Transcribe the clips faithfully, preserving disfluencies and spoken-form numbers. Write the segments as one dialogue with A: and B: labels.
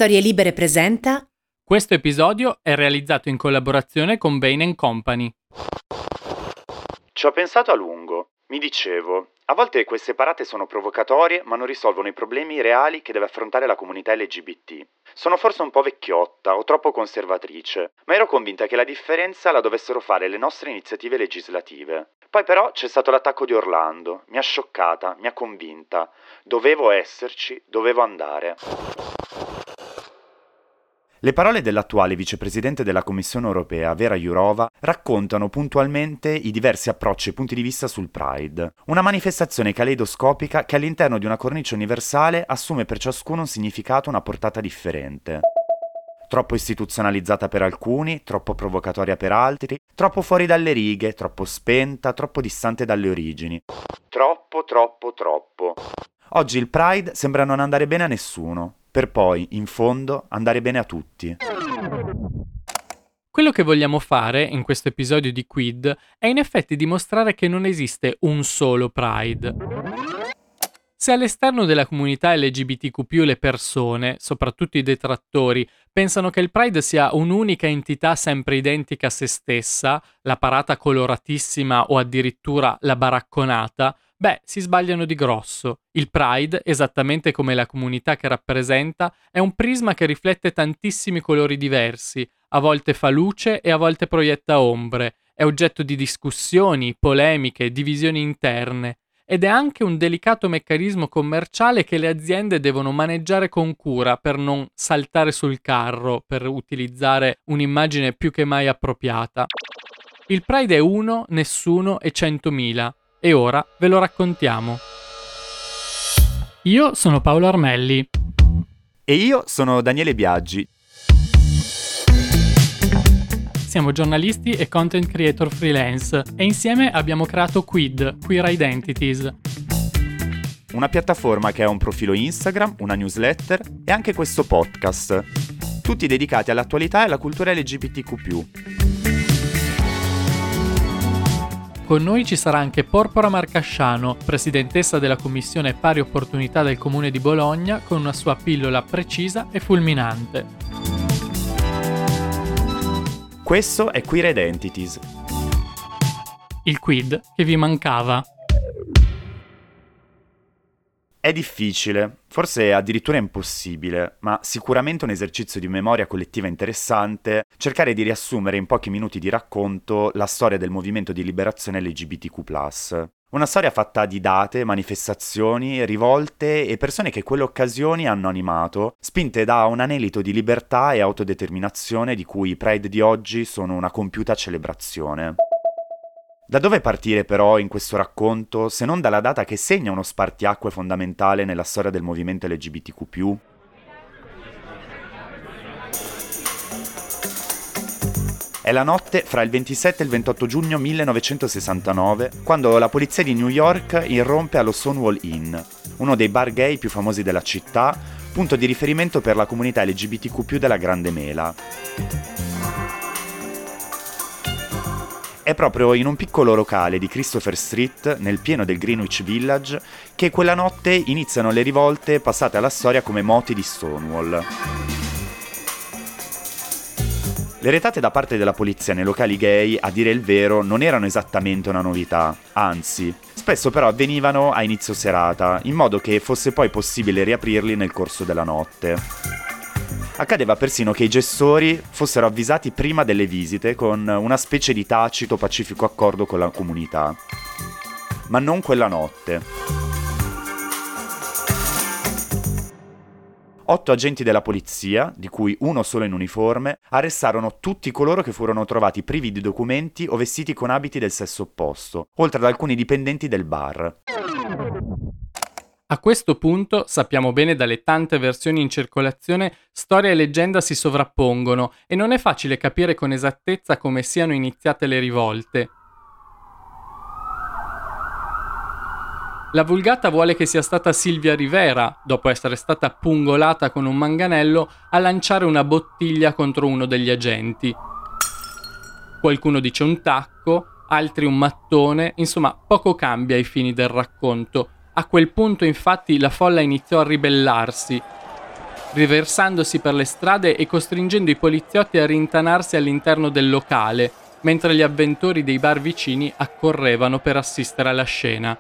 A: Storie Libere presenta.
B: Questo episodio è realizzato in collaborazione con Bain and Company.
C: Ci ho pensato a lungo. Mi dicevo, a volte queste parate sono provocatorie ma non risolvono i problemi reali che deve affrontare la comunità L G B T. Sono forse un po' vecchiotta o troppo conservatrice, ma ero convinta che la differenza la dovessero fare le nostre iniziative legislative. Poi però c'è stato l'attacco di Orlando, mi ha scioccata, mi ha convinta. Dovevo esserci, dovevo andare. Le parole dell'attuale vicepresidente della Commissione europea, Vera Jourova, raccontano puntualmente i diversi approcci e punti di vista sul Pride. Una manifestazione caleidoscopica che all'interno di una cornice universale assume per ciascuno un significato e una portata differente. Troppo istituzionalizzata per alcuni, troppo provocatoria per altri, troppo fuori dalle righe, troppo spenta, troppo distante dalle origini. Troppo, troppo, troppo. Oggi il Pride sembra non andare bene a nessuno, per poi, in fondo, andare bene a tutti.
B: Quello che vogliamo fare in questo episodio di Quid è in effetti dimostrare che non esiste un solo Pride. Se all'esterno della comunità L G B T Q più le persone, soprattutto i detrattori, pensano che il Pride sia un'unica entità sempre identica a se stessa, la parata coloratissima o addirittura la baracconata, beh, si sbagliano di grosso. Il Pride, esattamente come la comunità che rappresenta, è un prisma che riflette tantissimi colori diversi, a volte fa luce e a volte proietta ombre, è oggetto di discussioni, polemiche, divisioni interne. Ed è anche un delicato meccanismo commerciale che le aziende devono maneggiare con cura per non saltare sul carro, per utilizzare un'immagine più che mai appropriata. Il Pride è uno, nessuno e centomila, e ora ve lo raccontiamo. Io sono Paolo Armelli.
C: E io sono Daniele Biaggi.
B: Siamo giornalisti e content creator freelance e insieme abbiamo creato Quid, Queer Identities.
C: Una piattaforma che ha un profilo Instagram, una newsletter e anche questo podcast, tutti dedicati all'attualità e alla cultura L G B T Q più.
B: Con noi ci sarà anche Porpora Marcasciano, presidentessa della Commissione Pari Opportunità del Comune di Bologna, con una sua pillola precisa e fulminante.
C: Questo è Queer Identities.
B: Il quid che vi mancava.
C: È difficile, forse addirittura impossibile, ma sicuramente un esercizio di memoria collettiva interessante cercare di riassumere in pochi minuti di racconto la storia del movimento di liberazione L G B T Q plus. Una storia fatta di date, manifestazioni, rivolte e persone che quelle occasioni hanno animato, spinte da un anelito di libertà e autodeterminazione di cui i Pride di oggi sono una compiuta celebrazione. Da dove partire però in questo racconto, se non dalla data che segna uno spartiacque fondamentale nella storia del movimento L G B T Q più? È la notte fra il ventisette e il ventotto giugno millenovecentosessantanove, quando la polizia di New York irrompe allo Stonewall Inn, uno dei bar gay più famosi della città, punto di riferimento per la comunità L G B T Q più della Grande Mela. È proprio in un piccolo locale di Christopher Street, nel pieno del Greenwich Village, che quella notte iniziano le rivolte passate alla storia come moti di Stonewall. Le retate da parte della polizia nei locali gay, a dire il vero, non erano esattamente una novità, anzi, spesso però avvenivano a inizio serata, in modo che fosse poi possibile riaprirli nel corso della notte. Accadeva persino che i gestori fossero avvisati prima delle visite con una specie di tacito pacifico accordo con la comunità. Ma non quella notte. Otto agenti della polizia, di cui uno solo in uniforme, arrestarono tutti coloro che furono trovati privi di documenti o vestiti con abiti del sesso opposto, oltre ad alcuni dipendenti del bar.
B: A questo punto, sappiamo bene dalle tante versioni in circolazione, storia e leggenda si sovrappongono e non è facile capire con esattezza come siano iniziate le rivolte. La vulgata vuole che sia stata Silvia Rivera, dopo essere stata pungolata con un manganello, a lanciare una bottiglia contro uno degli agenti. Qualcuno dice un tacco, altri un mattone, insomma poco cambia ai fini del racconto. A quel punto infatti la folla iniziò a ribellarsi. riversandosi per le strade e costringendo i poliziotti a rintanarsi all'interno del locale, mentre gli avventori dei bar vicini accorrevano per assistere alla scena.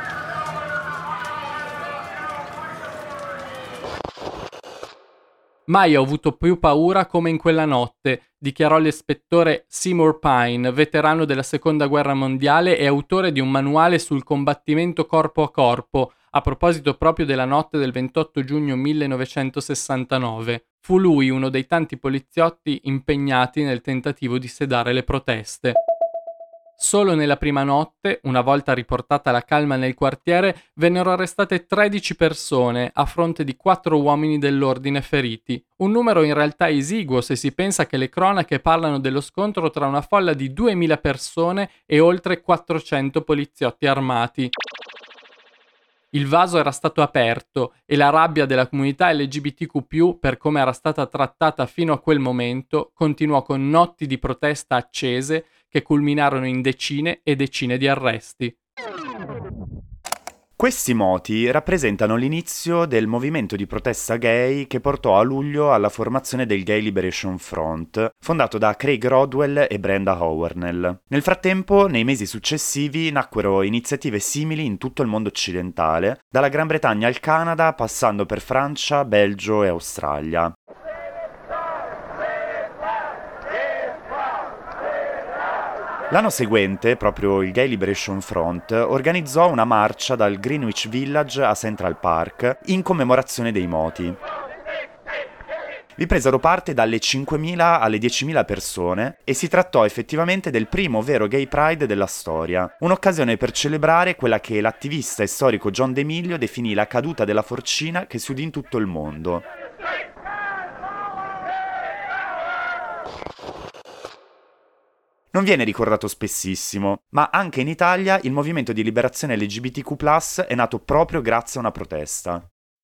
B: Mai ho avuto più paura come in quella notte, dichiarò l'ispettore Seymour Pine, veterano della Seconda Guerra Mondiale e autore di un manuale sul combattimento corpo a corpo, a proposito proprio della notte del ventotto giugno millenovecentosessantanove. Fu lui uno dei tanti poliziotti impegnati nel tentativo di sedare le proteste. Solo nella prima notte, una volta riportata la calma nel quartiere, vennero arrestate tredici persone a fronte di quattro uomini dell'ordine feriti. Un numero in realtà esiguo se si pensa che le cronache parlano dello scontro tra una folla di duemila persone e oltre quattrocento poliziotti armati. Il vaso era stato aperto e la rabbia della comunità L G B T Q più, per come era stata trattata fino a quel momento, continuò con notti di protesta accese che culminarono in decine e decine di arresti.
C: Questi moti rappresentano l'inizio del movimento di protesta gay che portò a luglio alla formazione del Gay Liberation Front, fondato da Craig Rodwell e Brenda Howarnell. Nel frattempo, nei mesi successivi, nacquero iniziative simili in tutto il mondo occidentale, dalla Gran Bretagna al Canada, passando per Francia, Belgio e Australia. L'anno seguente, proprio il Gay Liberation Front organizzò una marcia dal Greenwich Village a Central Park in commemorazione dei moti. Vi presero parte dalle cinquemila alle diecimila persone e si trattò effettivamente del primo vero Gay Pride della storia, un'occasione per celebrare quella che l'attivista e storico John DeMilio definì la caduta della forcina che si udì in tutto il mondo. Non viene ricordato spessissimo, ma anche in Italia il movimento di liberazione L G B T Q plus, è nato proprio grazie a una protesta.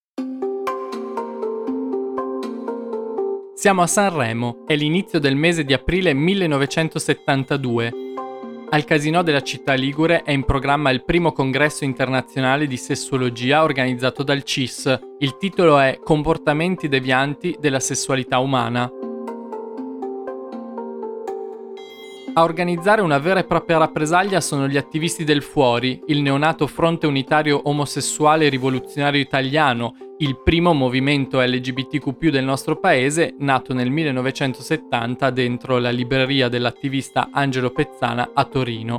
B: Siamo a Sanremo, è l'inizio del mese di aprile millenovecentosettantadue. Al Casinò della città ligure è in programma il primo congresso internazionale di sessuologia organizzato dal C I S. Il titolo è Comportamenti devianti della sessualità umana. A organizzare una vera e propria rappresaglia sono gli attivisti del Fuori, il neonato Fronte Unitario Omosessuale Rivoluzionario Italiano, il primo movimento L G B T Q più del nostro paese, nato nel millenovecentosettanta dentro la libreria dell'attivista Angelo Pezzana a Torino.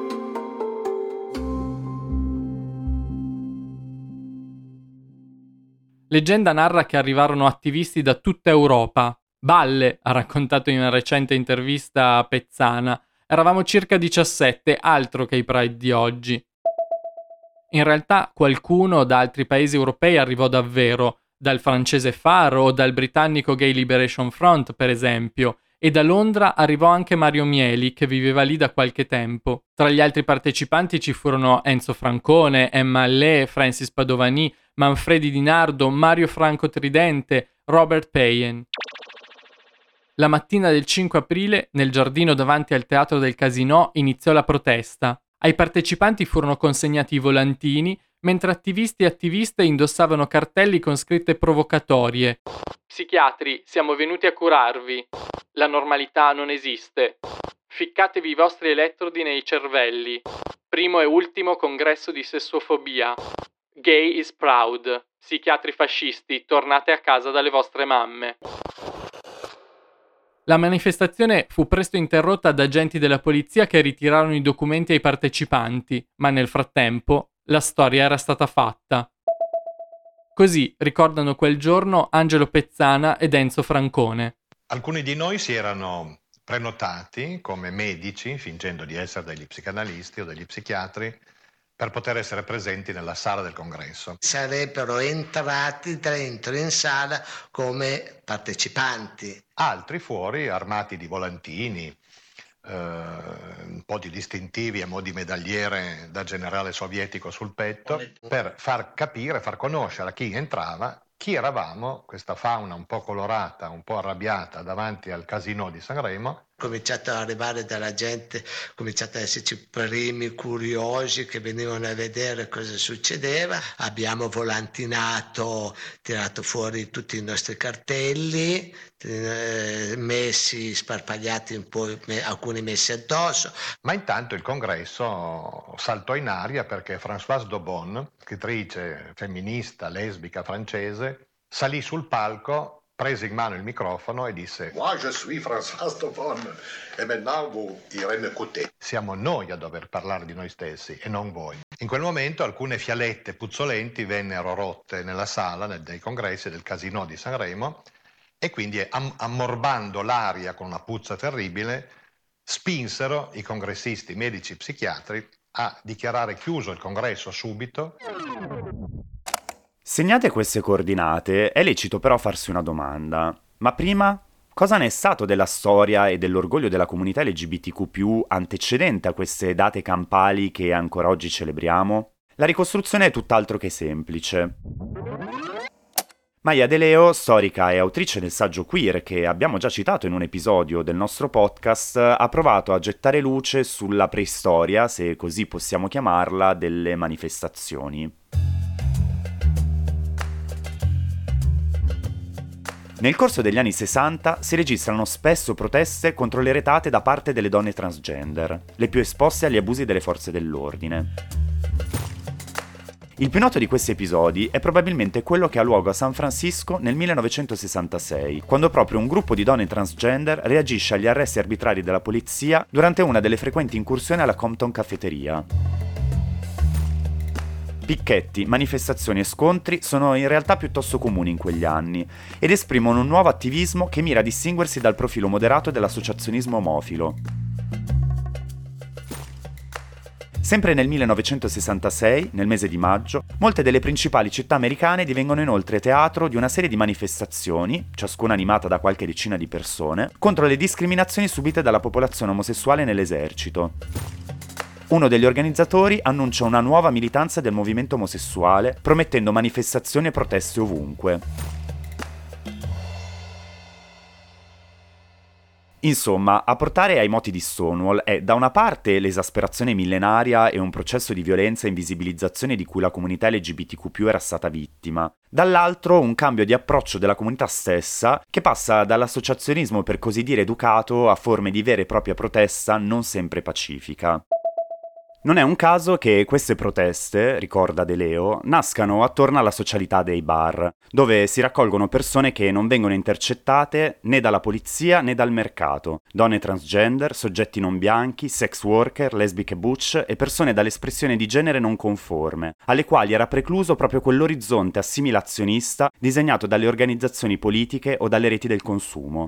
B: Leggenda narra che arrivarono attivisti da tutta Europa. Balle, ha raccontato in una recente intervista a Pezzana. Eravamo circa diciassette, altro che i Pride di oggi. In realtà qualcuno da altri paesi europei arrivò davvero, dal francese F A R o dal britannico Gay Liberation Front, per esempio, e da Londra arrivò anche Mario Mieli, che viveva lì da qualche tempo. Tra gli altri partecipanti ci furono Enzo Francone, Emma Allé, Francis Padovani, Manfredi Di Nardo, Mario Franco Tridente, Robert Payen. La mattina del cinque aprile, nel giardino davanti al Teatro del Casinò, iniziò la protesta. Ai partecipanti furono consegnati i volantini, mentre attivisti e attiviste indossavano cartelli con scritte provocatorie. Psichiatri, siamo venuti a curarvi. La normalità non esiste. Ficcatevi i vostri elettrodi nei cervelli. Primo e ultimo congresso di sessuofobia. Gay is proud. Psichiatri fascisti, tornate a casa dalle vostre mamme. La manifestazione fu presto interrotta da agenti della polizia che ritirarono i documenti ai partecipanti, ma nel frattempo la storia era stata fatta. Così ricordano quel giorno Angelo Pezzana ed Enzo Francone.
A: Alcuni di noi si erano prenotati come medici, fingendo di essere degli psicanalisti o degli psichiatri, per poter essere presenti nella sala del congresso.
D: Sarebbero entrati dentro in sala come partecipanti.
A: Altri fuori, armati di volantini, eh, un po' di distintivi a mo' di medagliere da generale sovietico sul petto, per far capire, far conoscere a chi entrava chi eravamo, questa fauna un po' colorata, un po' arrabbiata davanti al Casinò di Sanremo.
D: cominciato ad arrivare dalla gente, cominciato ad esserci primi curiosi che venivano a vedere cosa succedeva. Abbiamo volantinato, tirato fuori tutti i nostri cartelli, eh, messi, sparpagliati un po', alcuni messi addosso.
A: Ma intanto il congresso saltò in aria perché Françoise Daubonne, scrittrice femminista lesbica francese, salì sul palco, prese in mano il microfono e disse:
E: Moi je suis Françoise Daubonne et maintenant vous irez m'écouter.
A: Siamo noi a dover parlare di noi stessi e non voi. In quel momento alcune fialette puzzolenti vennero rotte nella sala nel, dei congressi del Casino di Sanremo e quindi am- ammorbando l'aria con una puzza terribile spinsero i congressisti medici psichiatri a dichiarare chiuso il congresso subito.
C: Segnate queste coordinate, è lecito però farsi una domanda. Ma prima, cosa ne è stato della storia e dell'orgoglio della comunità L G B T Q più, antecedente a queste date campali che ancora oggi celebriamo? La ricostruzione è tutt'altro che semplice. Maya De Leo, storica e autrice del saggio queer che abbiamo già citato in un episodio del nostro podcast, ha provato a gettare luce sulla preistoria, se così possiamo chiamarla, delle manifestazioni. Nel corso degli anni sessanta si registrano spesso proteste contro le retate da parte delle donne transgender, le più esposte agli abusi delle forze dell'ordine. Il più noto di questi episodi è probabilmente quello che ha luogo a San Francisco nel millenovecentosessantasei, quando proprio un gruppo di donne transgender reagisce agli arresti arbitrari della polizia durante una delle frequenti incursioni alla Compton Caffetteria. Picchetti, manifestazioni e scontri sono in realtà piuttosto comuni in quegli anni ed esprimono un nuovo attivismo che mira a distinguersi dal profilo moderato dell'associazionismo omofilo. Sempre nel millenovecentosessantasei, nel mese di maggio, molte delle principali città americane divengono inoltre teatro di una serie di manifestazioni, ciascuna animata da qualche decina di persone, contro le discriminazioni subite dalla popolazione omosessuale nell'esercito. Uno degli organizzatori annuncia una nuova militanza del movimento omosessuale, promettendo manifestazioni e proteste ovunque. Insomma, a portare ai moti di Stonewall è da una parte l'esasperazione millenaria e un processo di violenza e invisibilizzazione di cui la comunità L G B T Q più era stata vittima, dall'altro un cambio di approccio della comunità stessa che passa dall'associazionismo per così dire educato a forme di vera e propria protesta non sempre pacifica. Non è un caso che queste proteste, ricorda De Leo, nascano attorno alla socialità dei bar, dove si raccolgono persone che non vengono intercettate né dalla polizia né dal mercato, donne transgender, soggetti non bianchi, sex worker, lesbiche butch e persone dall'espressione di genere non conforme, alle quali era precluso proprio quell'orizzonte assimilazionista disegnato dalle organizzazioni politiche o dalle reti del consumo.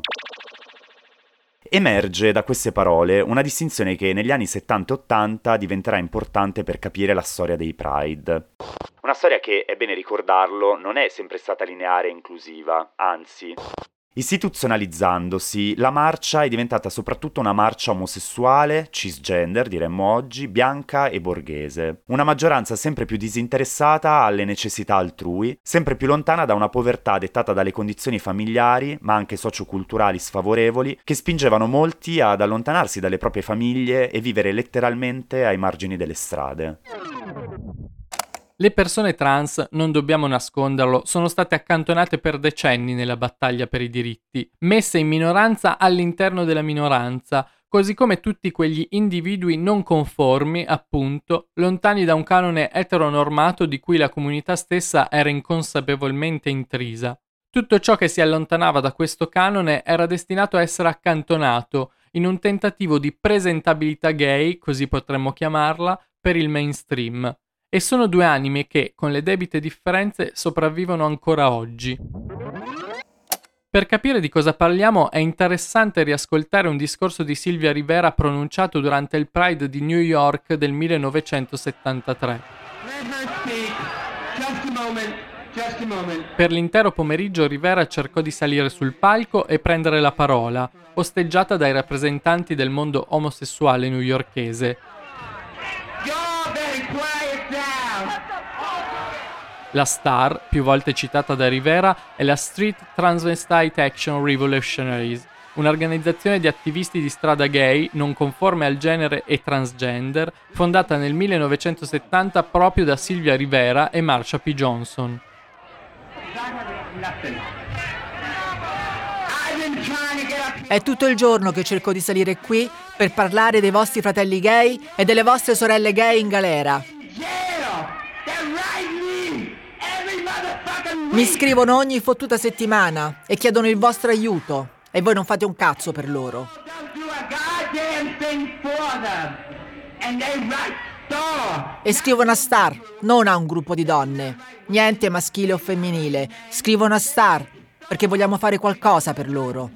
C: Emerge da queste parole una distinzione che negli anni settanta e ottanta diventerà importante per capire la storia dei Pride. Una storia che, è bene ricordarlo, non è sempre stata lineare e inclusiva, anzi. Istituzionalizzandosi, la marcia è diventata soprattutto una marcia omosessuale, cisgender diremmo oggi, bianca e borghese. Una maggioranza sempre più disinteressata alle necessità altrui, sempre più lontana da una povertà dettata dalle condizioni familiari, ma anche socioculturali sfavorevoli, che spingevano molti ad allontanarsi dalle proprie famiglie e vivere letteralmente ai margini delle strade.
B: Le persone trans, non dobbiamo nasconderlo, sono state accantonate per decenni nella battaglia per i diritti, messe in minoranza all'interno della minoranza, così come tutti quegli individui non conformi, appunto, lontani da un canone eteronormato di cui la comunità stessa era inconsapevolmente intrisa. Tutto ciò che si allontanava da questo canone era destinato a essere accantonato, in un tentativo di presentabilità gay, così potremmo chiamarla, per il mainstream. E sono due anime che, con le debite differenze, sopravvivono ancora oggi. Per capire di cosa parliamo è interessante riascoltare un discorso di Sylvia Rivera pronunciato durante il Pride di New York del millenovecentosettantatré. Per l'intero pomeriggio Rivera cercò di salire sul palco e prendere la parola, osteggiata dai rappresentanti del mondo omosessuale newyorkese. La star, più volte citata da Rivera, è la Street Transvestite Action Revolutionaries, un'organizzazione di attivisti di strada gay, non conforme al genere e transgender, fondata nel millenovecentosettanta proprio da Sylvia Rivera e Marsha P. Johnson.
F: È tutto il giorno che cerco di salire qui per parlare dei vostri fratelli gay e delle vostre sorelle gay in galera. Mi scrivono ogni fottuta settimana e chiedono il vostro aiuto e voi non fate un cazzo per loro. E scrivono a Star, non a un gruppo di donne, niente maschile o femminile, scrivono a Star perché vogliamo fare qualcosa per loro.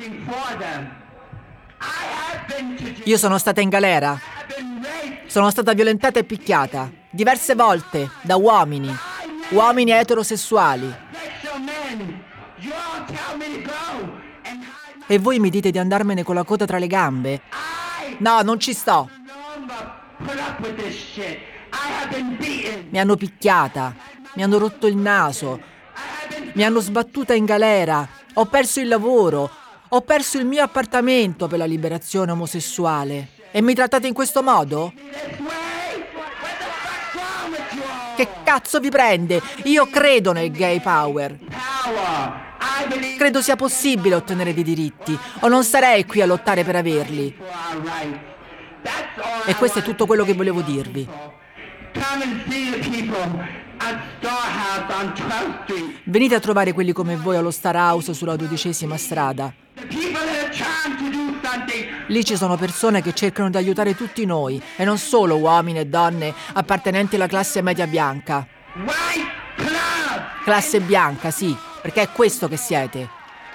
F: Io sono stata in galera, sono stata violentata e picchiata diverse volte da uomini, uomini eterosessuali. E voi mi dite di andarmene con la coda tra le gambe? No, non ci sto. Mi hanno picchiata, mi hanno rotto il naso, mi hanno sbattuta in galera, ho perso il lavoro, ho perso il mio appartamento per la liberazione omosessuale. E mi trattate in questo modo? Che cazzo vi prende? Io credo nel gay power. Credo sia possibile ottenere dei diritti, o non sarei qui a lottare per averli. E questo è tutto quello che volevo dirvi. Venite a trovare quelli come voi allo Star House sulla dodicesima strada. Lì ci sono persone che cercano di aiutare tutti noi, e non solo uomini e donne appartenenti alla classe media bianca. Classe bianca, sì, perché è questo che siete.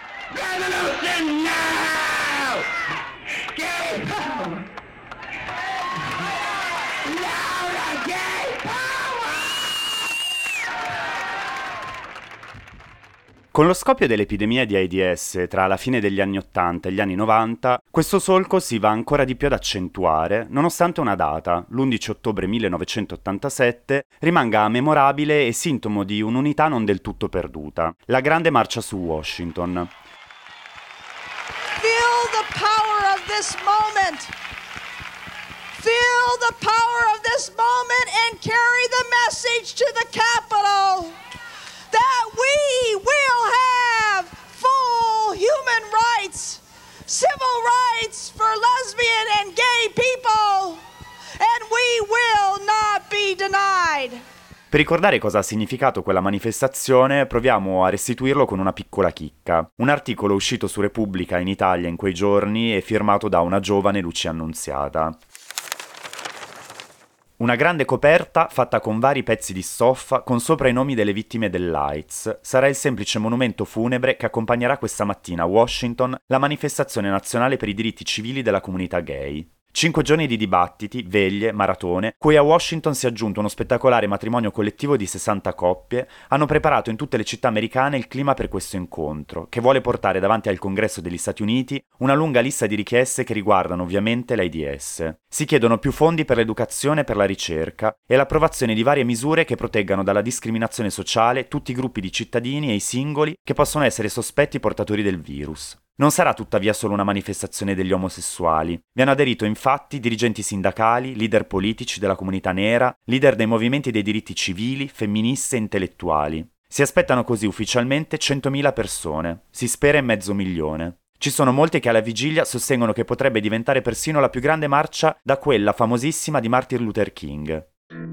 C: Con lo scoppio dell'epidemia di AIDS tra la fine degli anni ottanta e gli anni novanta, questo solco si va ancora di più ad accentuare, nonostante una data, l'undici ottobre millenovecentottantasette, rimanga memorabile e sintomo di un'unità non del tutto perduta, la grande marcia su Washington.
G: Feel the power of this moment. Feel the power of this moment and carry the message to the Capitol. That we will have full human rights, civil rights for lesbian and gay people, and we will not be denied.
C: Per ricordare cosa ha significato quella manifestazione, proviamo a restituirlo con una piccola chicca. Un articolo uscito su Repubblica in Italia in quei giorni e firmato da una giovane Lucia Annunziata. Una grande coperta fatta con vari pezzi di stoffa con sopra i nomi delle vittime dell'AIDS sarà il semplice monumento funebre che accompagnerà questa mattina a Washington la manifestazione nazionale per i diritti civili della comunità gay. Cinque giorni di dibattiti, veglie, maratone, cui a Washington si è aggiunto uno spettacolare matrimonio collettivo di sessanta coppie, hanno preparato in tutte le città americane il clima per questo incontro, che vuole portare davanti al Congresso degli Stati Uniti una lunga lista di richieste che riguardano ovviamente l'AIDS. Si chiedono più fondi per l'educazione e per la ricerca e l'approvazione di varie misure che proteggano dalla discriminazione sociale tutti i gruppi di cittadini e i singoli che possono essere sospetti portatori del virus. Non sarà tuttavia solo una manifestazione degli omosessuali. Vi hanno aderito infatti dirigenti sindacali, leader politici della comunità nera, leader dei movimenti dei diritti civili, femministe e intellettuali. Si aspettano così ufficialmente centomila persone, si spera in mezzo milione. Ci sono molti che alla vigilia sostengono che potrebbe diventare persino la più grande marcia da quella famosissima di Martin Luther King.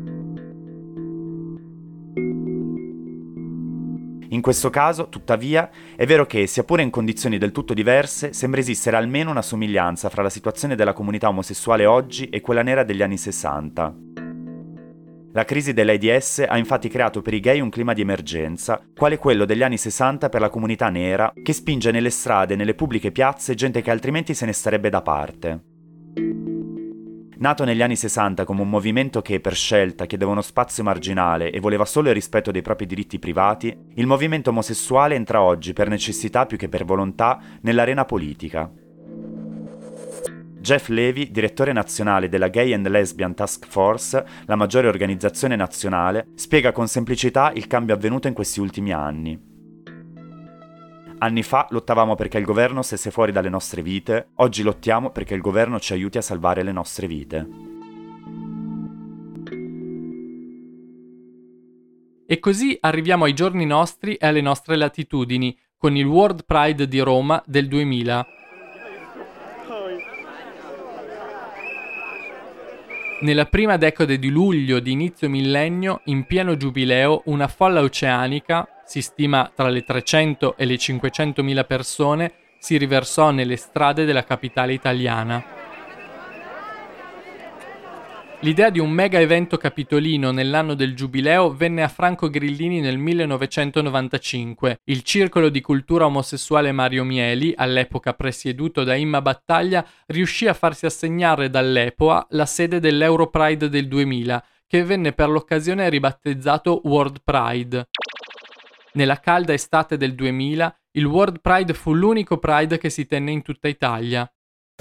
C: In questo caso, tuttavia, è vero che, sia pure in condizioni del tutto diverse, sembra esistere almeno una somiglianza fra la situazione della comunità omosessuale oggi e quella nera degli anni sessanta. La crisi dell'AIDS ha infatti creato per i gay un clima di emergenza, quale quello degli anni sessanta per la comunità nera, che spinge nelle strade e nelle pubbliche piazze gente che altrimenti se ne starebbe da parte. Nato negli anni sessanta come un movimento che, per scelta, chiedeva uno spazio marginale e voleva solo il rispetto dei propri diritti privati, il movimento omosessuale entra oggi, per necessità più che per volontà, nell'arena politica. Jeff Levy, direttore nazionale della Gay and Lesbian Task Force, la maggiore organizzazione nazionale, spiega con semplicità il cambio avvenuto in questi ultimi anni. Anni fa lottavamo perché il governo stesse fuori dalle nostre vite, oggi lottiamo perché il governo ci aiuti a salvare le nostre vite.
B: E così arriviamo ai giorni nostri e alle nostre latitudini, con il World Pride di Roma del duemila. Nella prima decade di luglio di inizio millennio, in pieno giubileo, una folla oceanica, si stima tra le trecento e le cinquecentomila persone, si riversò nelle strade della capitale italiana. L'idea di un mega evento capitolino nell'anno del giubileo venne a Franco Grillini nel millenovecentonovantacinque. Il circolo di cultura omosessuale Mario Mieli, all'epoca presieduto da Imma Battaglia, riuscì a farsi assegnare dall'E P O A la sede dell'Europride del duemila, che venne per l'occasione ribattezzato World Pride. Nella calda estate del duemila, il World Pride fu l'unico Pride che si tenne in tutta Italia.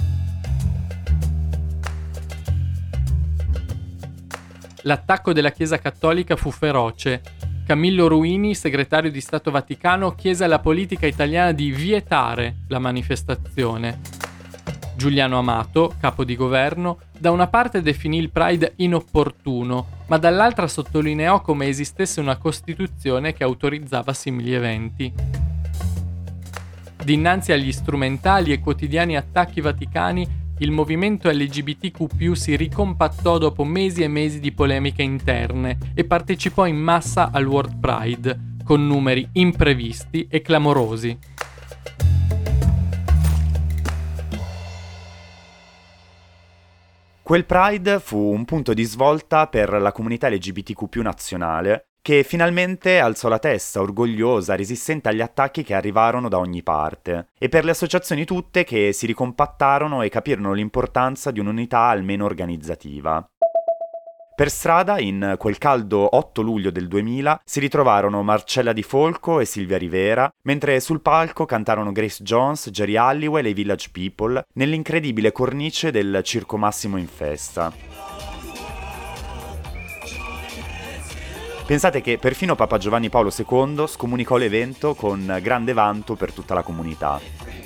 B: L'attacco della Chiesa Cattolica fu feroce. Camillo Ruini, segretario di Stato Vaticano, chiese alla politica italiana di vietare la manifestazione. Giuliano Amato, capo di governo, da una parte definì il Pride inopportuno, ma dall'altra sottolineò come esistesse una Costituzione che autorizzava simili eventi. Dinanzi agli strumentali e quotidiani attacchi vaticani, il movimento L G B T Q più si ricompattò dopo mesi e mesi di polemiche interne e partecipò in massa al World Pride, con numeri imprevisti e clamorosi.
C: Quel Pride fu un punto di svolta per la comunità L G B T Q più nazionale, che finalmente alzò la testa, orgogliosa, resistente agli attacchi che arrivarono da ogni parte, e per le associazioni tutte che si ricompattarono e capirono l'importanza di un'unità almeno organizzativa. Per strada, in quel caldo otto luglio del duemila, si ritrovarono Marcella Di Folco e Silvia Rivera, mentre sul palco cantarono Grace Jones, Geri Halliwell e i Village People, nell'incredibile cornice del Circo Massimo in festa. Pensate che perfino Papa Giovanni Paolo secondo scomunicò l'evento con grande vanto per tutta la comunità.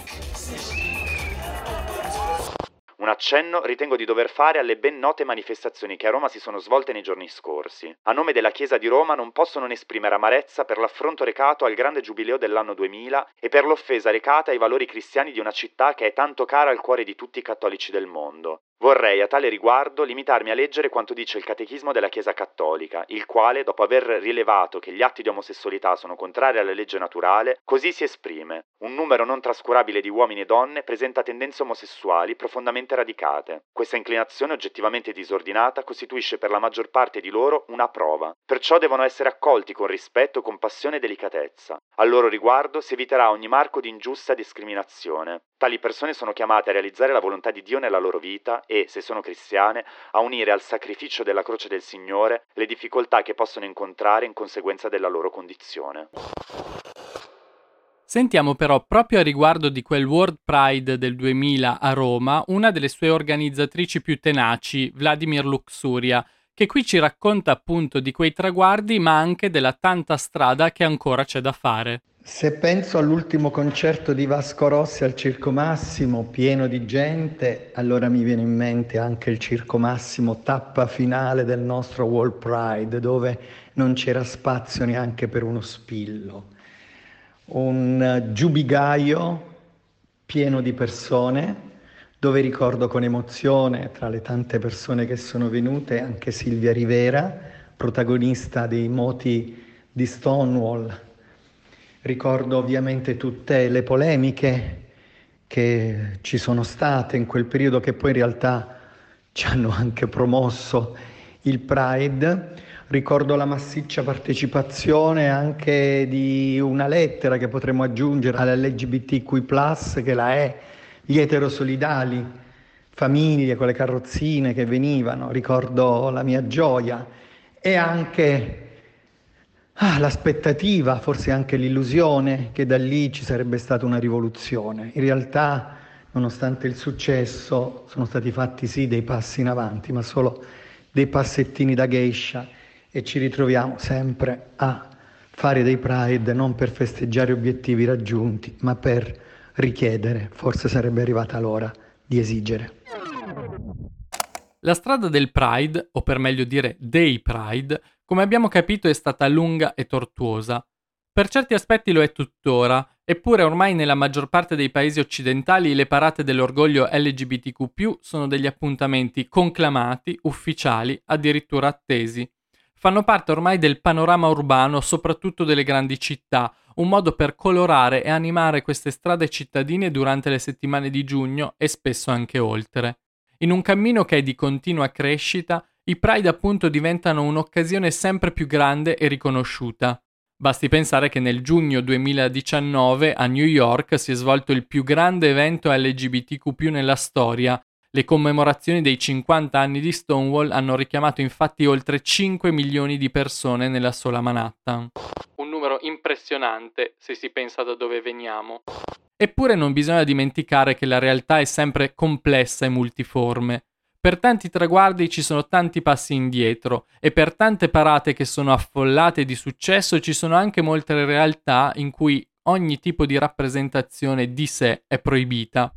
C: Un accenno ritengo di dover fare alle ben note manifestazioni che a Roma si sono svolte nei giorni scorsi. A nome della Chiesa di Roma non posso non esprimere amarezza per l'affronto recato al grande giubileo dell'anno duemila e per l'offesa recata ai valori cristiani di una città che è tanto cara al cuore di tutti i cattolici del mondo. Vorrei a tale riguardo limitarmi a leggere quanto dice il Catechismo della Chiesa Cattolica, il quale, dopo aver rilevato che gli atti di omosessualità sono contrari alla legge naturale, così si esprime: un numero non trascurabile di uomini e donne presenta tendenze omosessuali profondamente radicate. Questa inclinazione oggettivamente disordinata costituisce per la maggior parte di loro una prova, perciò devono essere accolti con rispetto, compassione e delicatezza. A loro riguardo si eviterà ogni marco di ingiusta discriminazione. Tali persone sono chiamate a realizzare la volontà di Dio nella loro vita e, se sono cristiane, a unire al sacrificio della croce del Signore le difficoltà che possono incontrare in conseguenza della loro condizione.
B: Sentiamo però, proprio a riguardo di quel World Pride del duemila a Roma, una delle sue organizzatrici più tenaci, Vladimir Luxuria, che qui ci racconta appunto di quei traguardi, ma anche della tanta strada che ancora c'è da fare.
H: Se penso all'ultimo concerto di Vasco Rossi al Circo Massimo, pieno di gente, allora mi viene in mente anche il Circo Massimo, tappa finale del nostro World Pride, dove non c'era spazio neanche per uno spillo. Un giubigaio pieno di persone, dove ricordo con emozione, tra le tante persone che sono venute, anche Silvia Rivera, protagonista dei moti di Stonewall. Ricordo ovviamente tutte le polemiche che ci sono state in quel periodo, che poi in realtà ci hanno anche promosso il Pride. Ricordo la massiccia partecipazione anche di una lettera che potremmo aggiungere all'L G B T Q I plus, che la è, gli eterosolidali, famiglie con le carrozzine che venivano. Ricordo la mia gioia e anche Ah, l'aspettativa, forse anche l'illusione che da lì ci sarebbe stata una rivoluzione. In realtà, nonostante il successo, sono stati fatti sì dei passi in avanti, ma solo dei passettini da geisha, e ci ritroviamo sempre a fare dei Pride non per festeggiare obiettivi raggiunti, ma per richiedere, forse sarebbe arrivata l'ora di esigere.
B: La strada del Pride, o per meglio dire dei Pride, come abbiamo capito è stata lunga e tortuosa. Per certi aspetti lo è tuttora, eppure ormai nella maggior parte dei paesi occidentali le parate dell'orgoglio L G B T Q più, sono degli appuntamenti conclamati, ufficiali, addirittura attesi. Fanno parte ormai del panorama urbano, soprattutto delle grandi città, un modo per colorare e animare queste strade cittadine durante le settimane di giugno e spesso anche oltre. In un cammino che è di continua crescita, i Pride appunto diventano un'occasione sempre più grande e riconosciuta. Basti pensare che nel giugno duemiladiciannove a New York si è svolto il più grande evento L G B T Q più nella storia. Le commemorazioni dei cinquanta anni di Stonewall hanno richiamato infatti oltre cinque milioni di persone nella sola Manhattan. Un numero impressionante se si pensa da dove veniamo. Eppure non bisogna dimenticare che la realtà è sempre complessa e multiforme. Per tanti traguardi ci sono tanti passi indietro e per tante parate che sono affollate di successo ci sono anche molte realtà in cui ogni tipo di rappresentazione di sé è proibita.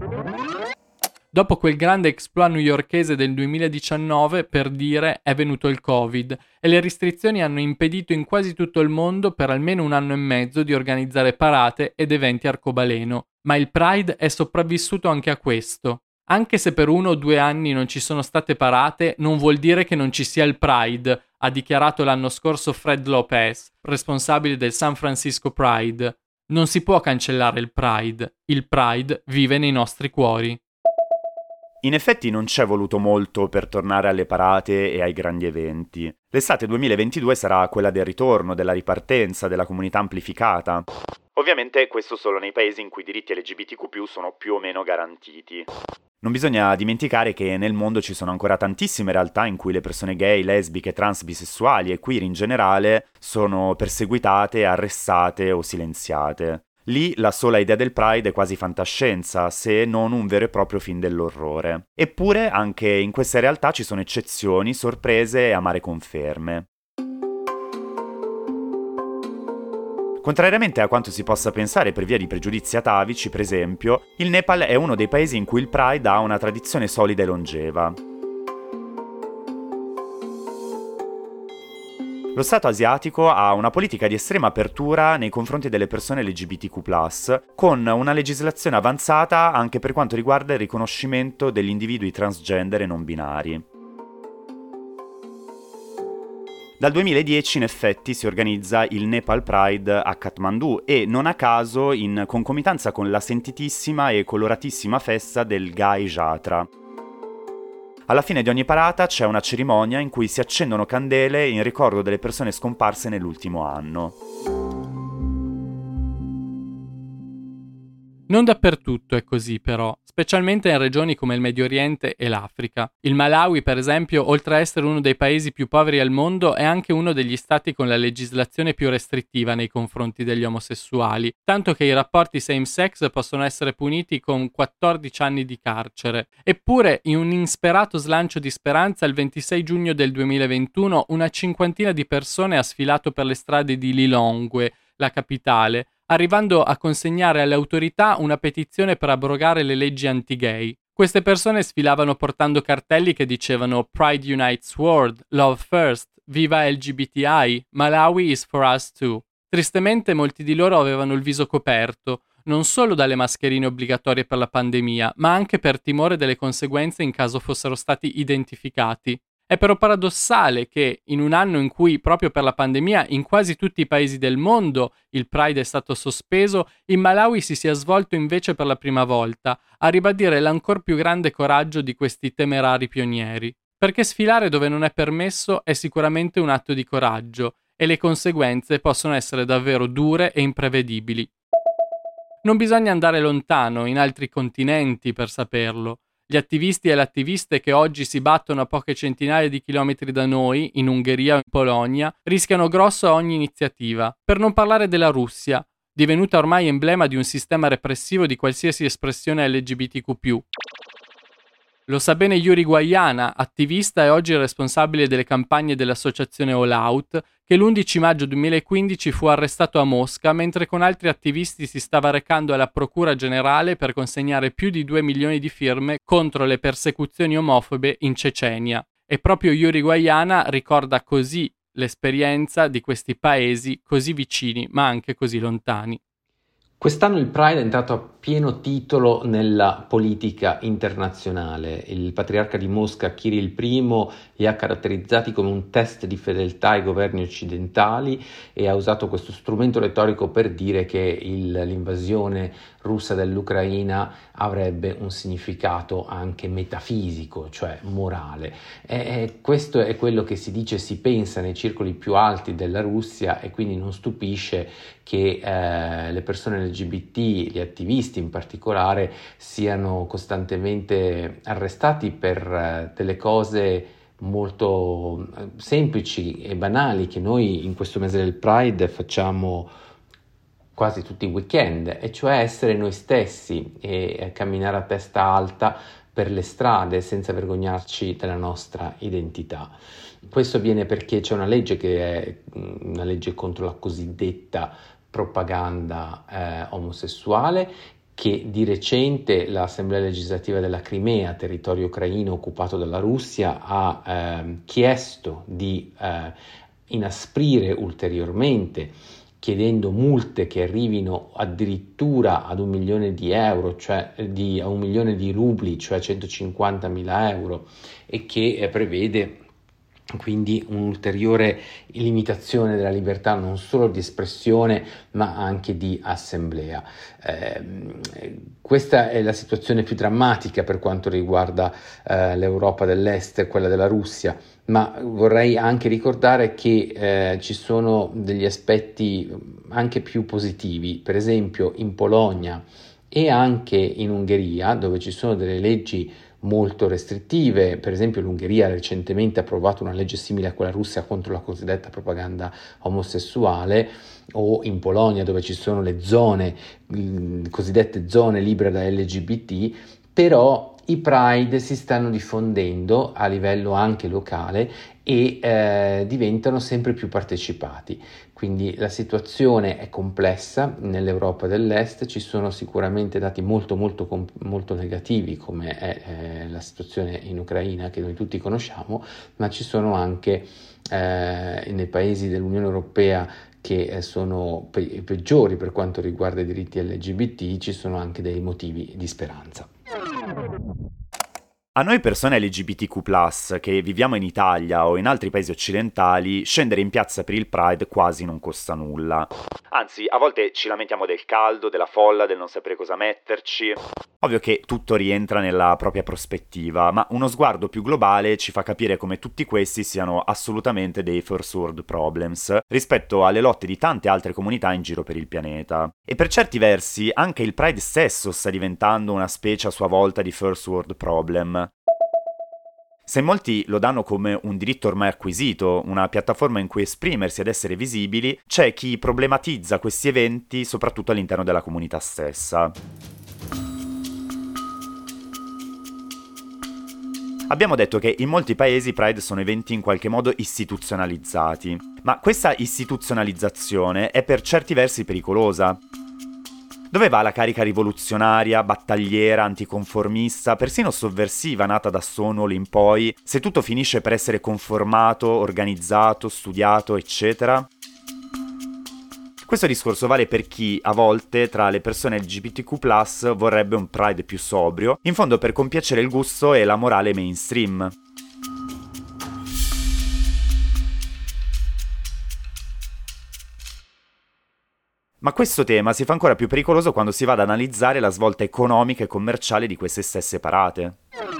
B: Dopo quel grande exploit newyorkese del duemiladiciannove, per dire, è venuto il Covid e le restrizioni hanno impedito in quasi tutto il mondo per almeno un anno e mezzo di organizzare parate ed eventi arcobaleno, ma il Pride è sopravvissuto anche a questo. Anche se per uno o due anni non ci sono state parate, non vuol dire che non ci sia il Pride, ha dichiarato l'anno scorso Fred Lopez, responsabile del San Francisco Pride. Non si può cancellare il Pride, il Pride vive nei nostri cuori.
C: In effetti non c'è voluto molto per tornare alle parate e ai grandi eventi. L'estate duemilaventidue sarà quella del ritorno, della ripartenza, della comunità amplificata. Ovviamente questo solo nei paesi in cui i diritti L G B T Q più sono più o meno garantiti. Non bisogna dimenticare che nel mondo ci sono ancora tantissime realtà in cui le persone gay, lesbiche, trans, bisessuali e queer in generale sono perseguitate, arrestate o silenziate. Lì la sola idea del Pride è quasi fantascienza, se non un vero e proprio film dell'orrore. Eppure anche in queste realtà ci sono eccezioni, sorprese e amare conferme. Contrariamente a quanto si possa pensare per via di pregiudizi atavici, per esempio, il Nepal è uno dei paesi in cui il Pride ha una tradizione solida e longeva. Lo Stato asiatico ha una politica di estrema apertura nei confronti delle persone L G B T Q plus, con una legislazione avanzata anche per quanto riguarda il riconoscimento degli individui transgender e non binari. Dal duemiladieci in effetti si organizza il Nepal Pride a Kathmandu e non a caso in concomitanza con la sentitissima e coloratissima festa del Gai Jatra. Alla fine di ogni parata c'è una cerimonia in cui si accendono candele in ricordo delle persone scomparse nell'ultimo anno.
B: Non dappertutto è così però, specialmente in regioni come il Medio Oriente e l'Africa. Il Malawi, per esempio, oltre a essere uno dei paesi più poveri al mondo, è anche uno degli stati con la legislazione più restrittiva nei confronti degli omosessuali, tanto che i rapporti same-sex possono essere puniti con quattordici anni di carcere. Eppure, in un insperato slancio di speranza, il ventisei giugno del duemilaventuno, una cinquantina di persone ha sfilato per le strade di Lilongwe, la capitale, arrivando a consegnare alle autorità una petizione per abrogare le leggi anti-gay. Queste persone sfilavano portando cartelli che dicevano Pride Unites World, Love First, Viva L G B T I, Malawi is for us too. Tristemente molti di loro avevano il viso coperto, non solo dalle mascherine obbligatorie per la pandemia, ma anche per timore delle conseguenze in caso fossero stati identificati. È però paradossale che, in un anno in cui, proprio per la pandemia, in quasi tutti i paesi del mondo il Pride è stato sospeso, in Malawi si sia svolto invece per la prima volta, a ribadire l'ancor più grande coraggio di questi temerari pionieri. Perché sfilare dove non è permesso è sicuramente un atto di coraggio, e le conseguenze possono essere davvero dure e imprevedibili. Non bisogna andare lontano, in altri continenti, per saperlo. Gli attivisti e le attiviste che oggi si battono a poche centinaia di chilometri da noi, in Ungheria o in Polonia, rischiano grosso a ogni iniziativa. Per non parlare della Russia, divenuta ormai emblema di un sistema repressivo di qualsiasi espressione L G B T Q più. Lo sa bene Yuri Guaiana, attivista e oggi responsabile delle campagne dell'associazione All Out, che l'undici maggio duemilaquindici fu arrestato a Mosca mentre con altri attivisti si stava recando alla Procura Generale per consegnare più di due milioni di firme contro le persecuzioni omofobe in Cecenia. E proprio Yuri Guaiana ricorda così l'esperienza di questi paesi così vicini ma anche così lontani.
I: Quest'anno il Pride è entrato a pieno titolo nella politica internazionale. Il patriarca di Mosca, Kirill I, li ha caratterizzati come un test di fedeltà ai governi occidentali e ha usato questo strumento retorico per dire che il, l'invasione russa dell'Ucraina avrebbe un significato anche metafisico, cioè morale. E, e questo è quello che si dice, si pensa nei circoli più alti della Russia, e quindi non stupisce che eh, le persone L G B T, gli attivisti in particolare, siano costantemente arrestati per eh, delle cose molto semplici e banali che noi in questo mese del Pride facciamo quasi tutti i weekend, e cioè essere noi stessi e camminare a testa alta per le strade senza vergognarci della nostra identità. Questo avviene perché c'è una legge che è una legge contro la cosiddetta propaganda eh, omosessuale, che di recente l'Assemblea legislativa della Crimea, territorio ucraino occupato dalla Russia, ha eh, chiesto di eh, inasprire ulteriormente, chiedendo multe che arrivino addirittura ad un milione di euro, cioè di, a un milione di rubli, cioè centocinquantamila euro, e che eh, prevede quindi un'ulteriore limitazione della libertà non solo di espressione ma anche di assemblea. Eh, questa è la situazione più drammatica per quanto riguarda eh, l'Europa dell'Est, quella della Russia, ma vorrei anche ricordare che eh, ci sono degli aspetti anche più positivi. Per esempio in Polonia e anche in Ungheria, dove ci sono delle leggi molto restrittive. Per esempio l'Ungheria ha recentemente approvato una legge simile a quella russa contro la cosiddetta propaganda omosessuale, o in Polonia, dove ci sono le zone, le cosiddette zone libere da L G B T, però i Pride si stanno diffondendo a livello anche locale e eh, diventano sempre più partecipati. Quindi la situazione è complessa nell'Europa dell'Est, ci sono sicuramente dati molto molto molto negativi, come è eh, la situazione in Ucraina che noi tutti conosciamo, ma ci sono anche eh, nei paesi dell'Unione Europea che eh, sono pe- peggiori per quanto riguarda i diritti L G B T, ci sono anche dei motivi di speranza.
C: A noi persone L G B T Q plus, che viviamo in Italia o in altri paesi occidentali, scendere in piazza per il Pride quasi non costa nulla. Anzi, a volte ci lamentiamo del caldo, della folla, del non sapere cosa metterci. Ovvio che tutto rientra nella propria prospettiva, ma uno sguardo più globale ci fa capire come tutti questi siano assolutamente dei first world problems rispetto alle lotte di tante altre comunità in giro per il pianeta. E per certi versi anche il Pride stesso sta diventando una specie a sua volta di first world problem. Se molti lo danno come un diritto ormai acquisito, una piattaforma in cui esprimersi ed essere visibili, c'è chi problematizza questi eventi soprattutto all'interno della comunità stessa. Abbiamo detto che in molti paesi i Pride sono eventi in qualche modo istituzionalizzati, ma questa istituzionalizzazione è per certi versi pericolosa. Dove va la carica rivoluzionaria, battagliera, anticonformista, persino sovversiva nata da Stonewall in poi, se tutto finisce per essere conformato, organizzato, studiato, eccetera? Questo discorso vale per chi, a volte, tra le persone L G B T Q plus, vorrebbe un Pride più sobrio, in fondo per compiacere il gusto e la morale mainstream. Ma questo tema si fa ancora più pericoloso quando si va ad analizzare la svolta economica e commerciale di queste stesse parate.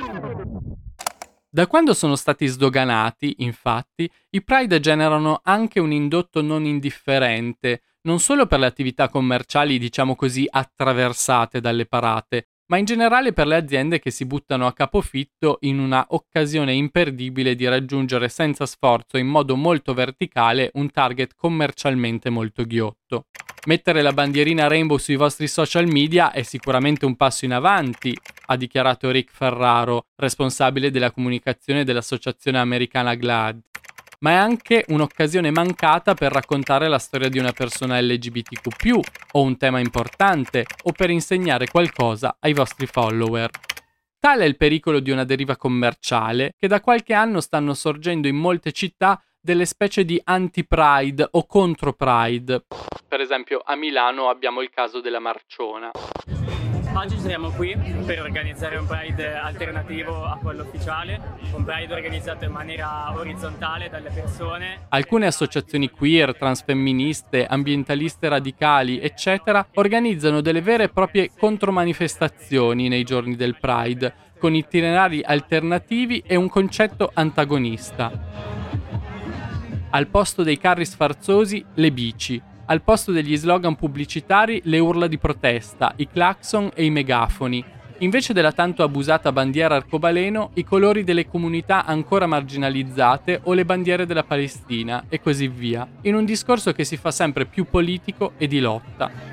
B: Da quando sono stati sdoganati, infatti, i Pride generano anche un indotto non indifferente, non solo per le attività commerciali, diciamo così, attraversate dalle parate, ma in generale per le aziende che si buttano a capofitto in una occasione imperdibile di raggiungere senza sforzo in modo molto verticale un target commercialmente molto ghiotto. Mettere la bandierina rainbow sui vostri social media è sicuramente un passo in avanti, ha dichiarato Rick Ferraro, responsabile della comunicazione dell'associazione americana GLAAD. Ma è anche un'occasione mancata per raccontare la storia di una persona L G B T Q più, o un tema importante, o per insegnare qualcosa ai vostri follower. Tale è il pericolo di una deriva commerciale che da qualche anno stanno sorgendo in molte città delle specie di anti-pride o contro-pride. Per esempio a Milano abbiamo il caso della Marciona.
J: Oggi siamo qui per organizzare un Pride alternativo a quello ufficiale, un Pride organizzato in maniera orizzontale dalle persone.
B: Alcune associazioni queer, transfemministe, ambientaliste radicali, eccetera, organizzano delle vere e proprie contromanifestazioni nei giorni del Pride, con itinerari alternativi e un concetto antagonista. Al posto dei carri sfarzosi, le bici. Al posto degli slogan pubblicitari, le urla di protesta, i clacson e i megafoni. Invece della tanto abusata bandiera arcobaleno, i colori delle comunità ancora marginalizzate o le bandiere della Palestina, e così via, in un discorso che si fa sempre più politico e di lotta.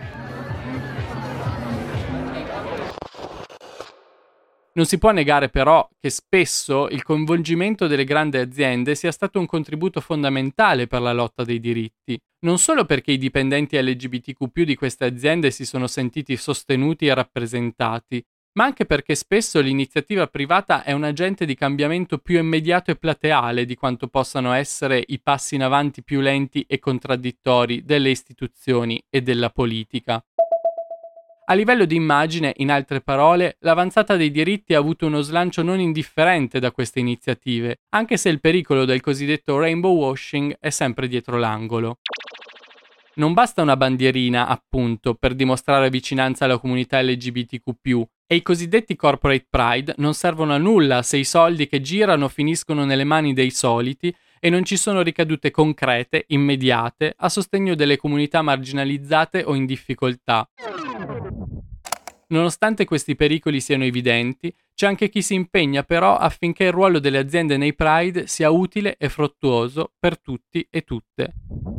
B: Non si può negare però che spesso il coinvolgimento delle grandi aziende sia stato un contributo fondamentale per la lotta dei diritti, non solo perché i dipendenti L G B T Q più di queste aziende si sono sentiti sostenuti e rappresentati, ma anche perché spesso l'iniziativa privata è un agente di cambiamento più immediato e plateale di quanto possano essere i passi in avanti più lenti e contraddittori delle istituzioni e della politica. A livello di immagine, in altre parole, l'avanzata dei diritti ha avuto uno slancio non indifferente da queste iniziative, anche se il pericolo del cosiddetto rainbow washing è sempre dietro l'angolo. Non basta una bandierina, appunto, per dimostrare vicinanza alla comunità L G B T Q più, e i cosiddetti corporate pride non servono a nulla se i soldi che girano finiscono nelle mani dei soliti e non ci sono ricadute concrete, immediate, a sostegno delle comunità marginalizzate o in difficoltà. Nonostante questi pericoli siano evidenti, c'è anche chi si impegna però affinché il ruolo delle aziende nei Pride sia utile e fruttuoso per tutti e tutte.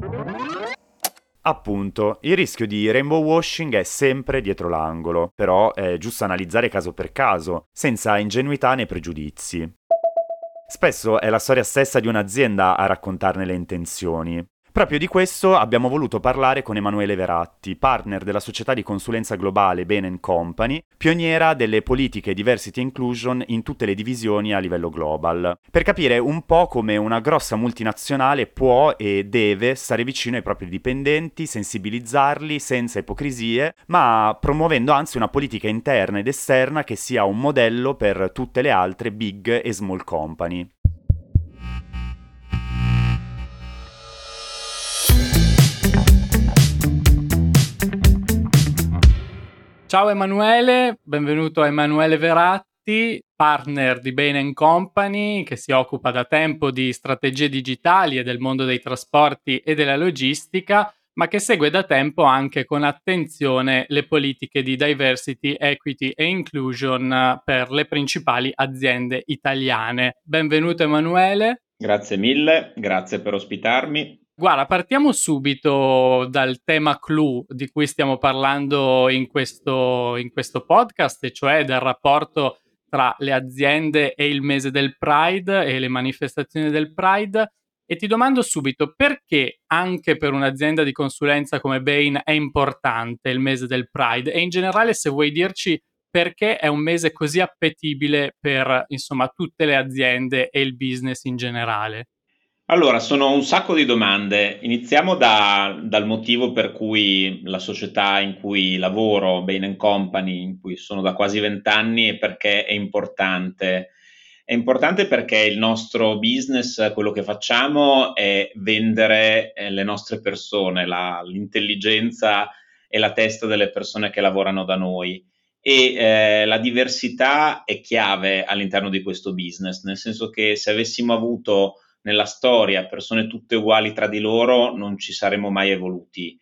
C: Appunto, il rischio di rainbow washing è sempre dietro l'angolo, però è giusto analizzare caso per caso, senza ingenuità né pregiudizi. Spesso è la storia stessa di un'azienda a raccontarne le intenzioni. Proprio di questo abbiamo voluto parlare con Emanuele Veratti, partner della società di consulenza globale Bain and Company, pioniera delle politiche diversity e inclusion in tutte le divisioni a livello global, per capire un po' come una grossa multinazionale può e deve stare vicino ai propri dipendenti, sensibilizzarli senza ipocrisie, ma promuovendo anzi una politica interna ed esterna che sia un modello per tutte le altre big e small company.
B: Ciao Emanuele, benvenuto a Emanuele Veratti, partner di Bain and Company, che si occupa da tempo di strategie digitali e del mondo dei trasporti e della logistica, ma che segue da tempo anche con attenzione le politiche di diversity, equity e inclusion per le principali aziende italiane. Benvenuto Emanuele.
K: Grazie mille, grazie per ospitarmi.
B: Guarda, partiamo subito dal tema clou di cui stiamo parlando in questo, in questo podcast, e cioè del rapporto tra le aziende e il mese del Pride e le manifestazioni del Pride. E ti domando subito perché anche per un'azienda di consulenza come Bain è importante il mese del Pride, e in generale se vuoi dirci perché è un mese così appetibile per, insomma, tutte le aziende e il business in generale.
K: Allora, sono un sacco di domande. Iniziamo da, dal motivo per cui la società in cui lavoro, Bain and Company, in cui sono da quasi vent'anni, e perché è importante. È importante perché il nostro business, quello che facciamo, è vendere eh, le nostre persone, la, l'intelligenza e la testa delle persone che lavorano da noi. E eh, la diversità è chiave all'interno di questo business, nel senso che se avessimo avuto nella storia persone tutte uguali tra di loro non ci saremmo mai evoluti,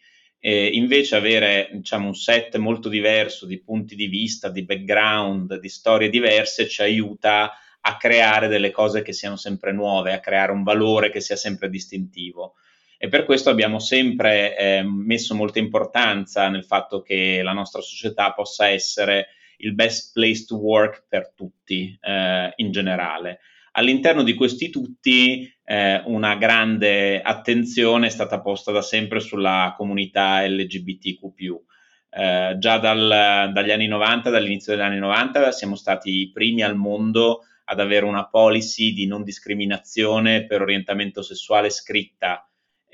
K: E invece avere, diciamo, un set molto diverso di punti di vista, di background, di storie diverse ci aiuta a creare delle cose che siano sempre nuove, a creare un valore che sia sempre distintivo. E per questo abbiamo sempre eh, messo molta importanza nel fatto che la nostra società possa essere il best place to work per tutti eh, in generale. All'interno di questi tutti eh, una grande attenzione è stata posta da sempre sulla comunità L G B T Q più. Eh, già dal, dagli anni novanta, dall'inizio degli anni novanta, siamo stati i primi al mondo ad avere una policy di non discriminazione per orientamento sessuale scritta.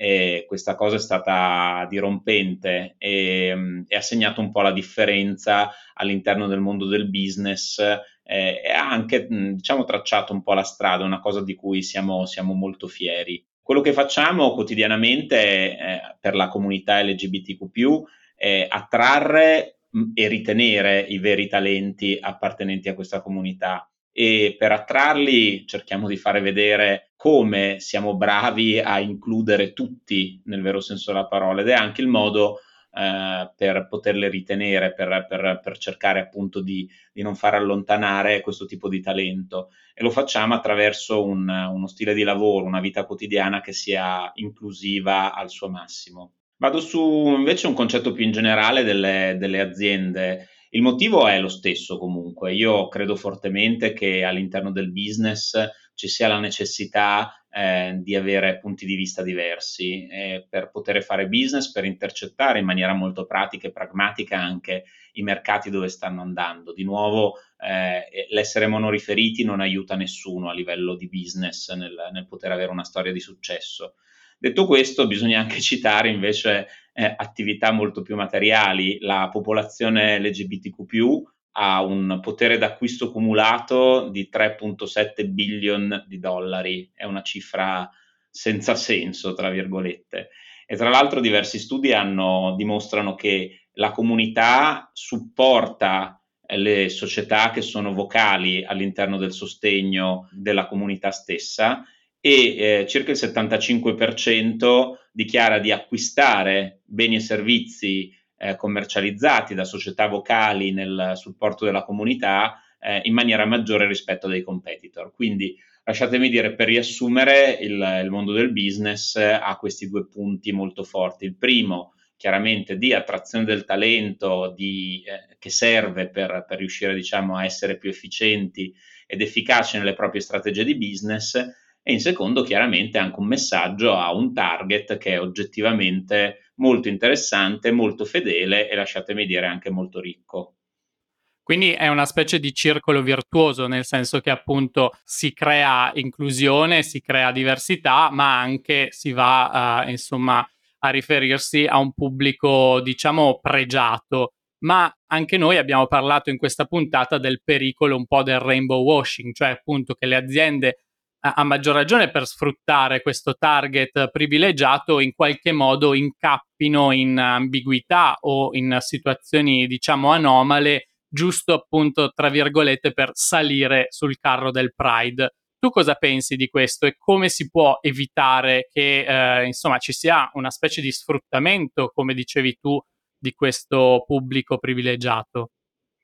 K: E questa cosa è stata dirompente e, e ha segnato un po' la differenza all'interno del mondo del business eh, e ha anche, diciamo, tracciato un po' la strada, una cosa di cui siamo, siamo molto fieri. Quello che facciamo quotidianamente eh, per la comunità L G B T Q più, è attrarre e ritenere i veri talenti appartenenti a questa comunità. E per attrarli cerchiamo di fare vedere come siamo bravi a includere tutti nel vero senso della parola, ed è anche il modo eh, per poterle ritenere, per, per, per cercare appunto di, di non far allontanare questo tipo di talento, e lo facciamo attraverso un, uno stile di lavoro, una vita quotidiana che sia inclusiva al suo massimo. Vado su invece un concetto più in generale delle, delle aziende. Il motivo è lo stesso comunque. Io credo fortemente che all'interno del business ci sia la necessità eh, di avere punti di vista diversi eh, per poter fare business, per intercettare in maniera molto pratica e pragmatica anche i mercati dove stanno andando. Di nuovo, eh, l'essere monoriferiti non aiuta nessuno a livello di business nel, nel poter avere una storia di successo. Detto questo, bisogna anche citare invece eh, attività molto più materiali. La popolazione L G B T Q più ha un potere d'acquisto cumulato di tre virgola sette billion di dollari, è una cifra senza senso, tra virgolette. E tra l'altro diversi studi hanno, dimostrano che la comunità supporta le società che sono vocali all'interno del sostegno della comunità stessa, e eh, circa il settantacinque per cento dichiara di acquistare beni e servizi eh, commercializzati da società vocali nel supporto della comunità eh, in maniera maggiore rispetto dei competitor. Quindi lasciatemi dire, per riassumere, il, il mondo del business ha questi due punti molto forti. Il primo, chiaramente, di attrazione del talento di, eh, che serve per, per riuscire, diciamo, a essere più efficienti ed efficaci nelle proprie strategie di business, e in secondo chiaramente anche un messaggio a un target che è oggettivamente molto interessante, molto fedele e, lasciatemi dire, anche molto ricco.
B: Quindi è una specie di circolo virtuoso, nel senso che appunto si crea inclusione, si crea diversità, ma anche si va a, insomma, a riferirsi a un pubblico, diciamo, pregiato. Ma anche noi abbiamo parlato in questa puntata del pericolo un po' del rainbow washing, cioè appunto che le aziende, a maggior ragione per sfruttare questo target privilegiato, in qualche modo incappino in ambiguità o in situazioni, diciamo, anomale, giusto appunto, tra virgolette, per salire sul carro del Pride. Tu cosa pensi di questo e come si può evitare che eh, insomma ci sia una specie di sfruttamento, come dicevi tu, di questo pubblico privilegiato?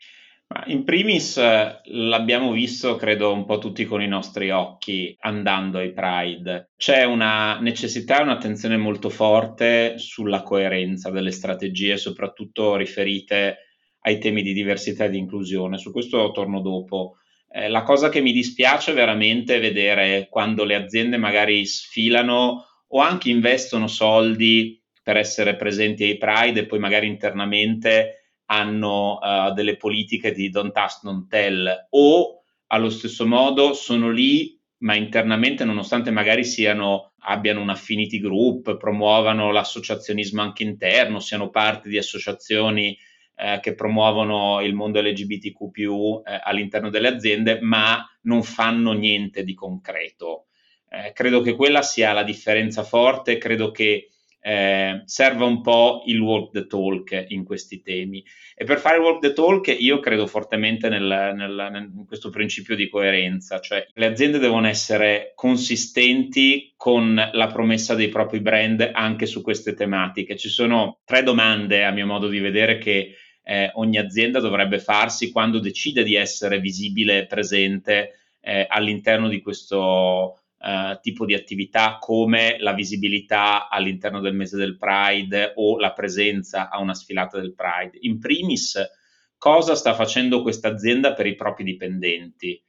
K: Ma in primis eh, l'abbiamo visto, credo, un po' tutti con i nostri occhi andando ai Pride. C'è una necessità e un'attenzione molto forte sulla coerenza delle strategie, soprattutto riferite ai temi di diversità e di inclusione. Su questo torno dopo. Eh, la cosa che mi dispiace veramente è vedere quando le aziende magari sfilano o anche investono soldi per essere presenti ai Pride e poi magari internamente hanno uh, delle politiche di don't ask, don't tell, o allo stesso modo sono lì ma internamente, nonostante magari siano, abbiano un affinity group, promuovano l'associazionismo anche interno, siano parte di associazioni eh, che promuovono il mondo L G B T Q più eh, all'interno delle aziende, ma non fanno niente di concreto. Eh, credo che quella sia la differenza forte, credo che eh, serva un po' il walk the talk in questi temi. E per fare il walk the talk io credo fortemente nel, nel, nel, in questo principio di coerenza, cioè le aziende devono essere consistenti con la promessa dei propri brand anche su queste tematiche. Ci sono tre domande, a mio modo di vedere, che eh, ogni azienda dovrebbe farsi quando decide di essere visibile e presente eh, all'interno di questo Uh, tipo di attività, come la visibilità all'interno del mese del Pride o la presenza a una sfilata del Pride. In primis, cosa sta facendo questa azienda per i propri dipendenti?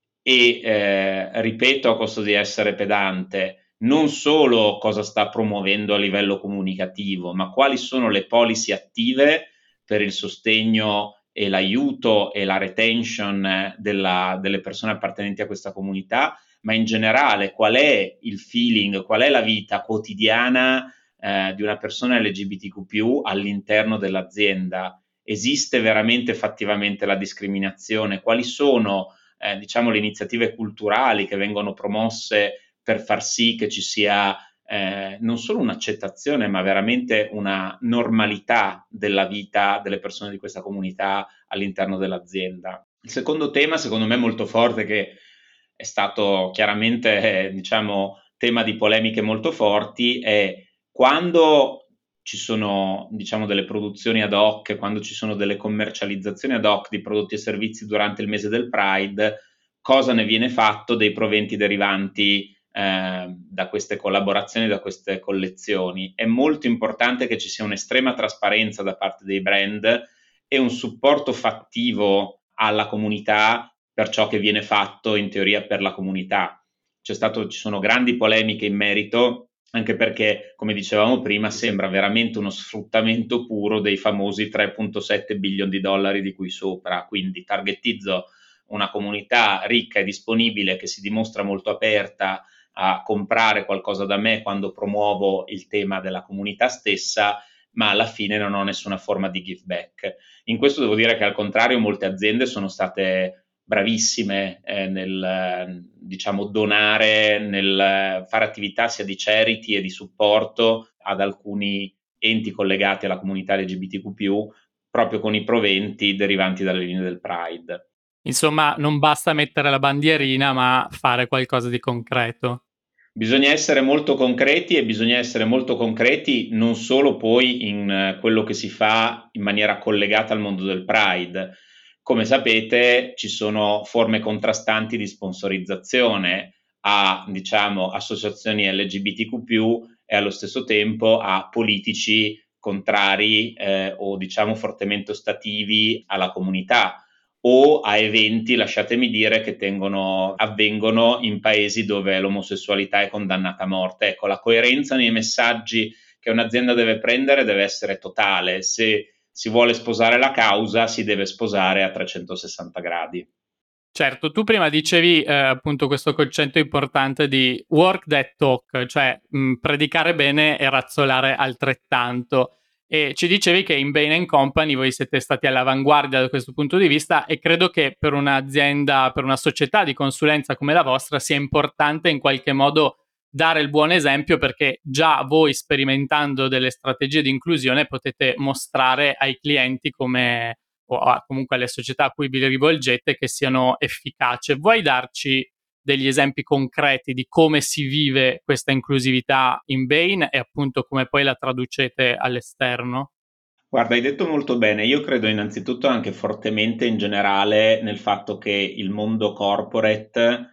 K: E eh, ripeto, a costo di essere pedante, non solo cosa sta promuovendo a livello comunicativo, ma quali sono le policy attive per il sostegno e l'aiuto e la retention della, delle persone appartenenti a questa comunità, ma in generale qual è il feeling, qual è la vita quotidiana eh, di una persona L G B T Q più all'interno dell'azienda. Esiste veramente fattivamente la discriminazione? Quali sono eh, diciamo le iniziative culturali che vengono promosse per far sì che ci sia eh, non solo un'accettazione, ma veramente una normalità della vita delle persone di questa comunità all'interno dell'azienda? Il secondo tema, secondo me molto forte, che è stato chiaramente eh, diciamo tema di polemiche molto forti, è quando ci sono diciamo delle produzioni ad hoc, quando ci sono delle commercializzazioni ad hoc di prodotti e servizi durante il mese del Pride, cosa ne viene fatto dei proventi derivanti eh, da queste collaborazioni, da queste collezioni. È molto importante che ci sia un'estrema trasparenza da parte dei brand e un supporto fattivo alla comunità per ciò che viene fatto in teoria per la comunità. C'è stato, ci sono grandi polemiche in merito, anche perché, come dicevamo prima, sembra veramente uno sfruttamento puro dei famosi tre virgola sette bilioni di dollari di cui sopra. Quindi targetizzo una comunità ricca e disponibile che si dimostra molto aperta a comprare qualcosa da me quando promuovo il tema della comunità stessa, ma alla fine non ho nessuna forma di give back. In questo devo dire che al contrario molte aziende sono state bravissime eh, nel diciamo donare, nel fare attività sia di charity e di supporto ad alcuni enti collegati alla comunità L G B T Q più, proprio con i proventi derivanti dalle linee del Pride.
B: Insomma, non basta mettere la bandierina, ma fare qualcosa di concreto.
K: Bisogna essere molto concreti e bisogna essere molto concreti non solo poi in quello che si fa in maniera collegata al mondo del Pride. Come sapete, ci sono forme contrastanti di sponsorizzazione a, diciamo, associazioni L G B T Q più, e allo stesso tempo a politici contrari eh, o, diciamo, fortemente ostativi alla comunità, o a eventi, lasciatemi dire, che tengono, avvengono in paesi dove l'omosessualità è condannata a morte. Ecco, la coerenza nei messaggi che un'azienda deve prendere deve essere totale. Se si vuole sposare la causa, si deve sposare a trecentosessanta gradi.
B: Certo, tu prima dicevi eh, appunto questo concetto importante di work that talk, cioè mh, predicare bene e razzolare altrettanto. E ci dicevi che in Bain and Company voi siete stati all'avanguardia da questo punto di vista, e credo che per un'azienda, per una società di consulenza come la vostra sia importante in qualche modo dare il buon esempio, perché già voi, sperimentando delle strategie di inclusione, potete mostrare ai clienti come, o a, comunque alle società a cui vi rivolgete, che siano efficaci. Vuoi darci degli esempi concreti di come si vive questa inclusività in Bain e appunto come poi la traducete all'esterno?
K: Guarda, hai detto molto bene. Io credo innanzitutto anche fortemente in generale nel fatto che il mondo corporate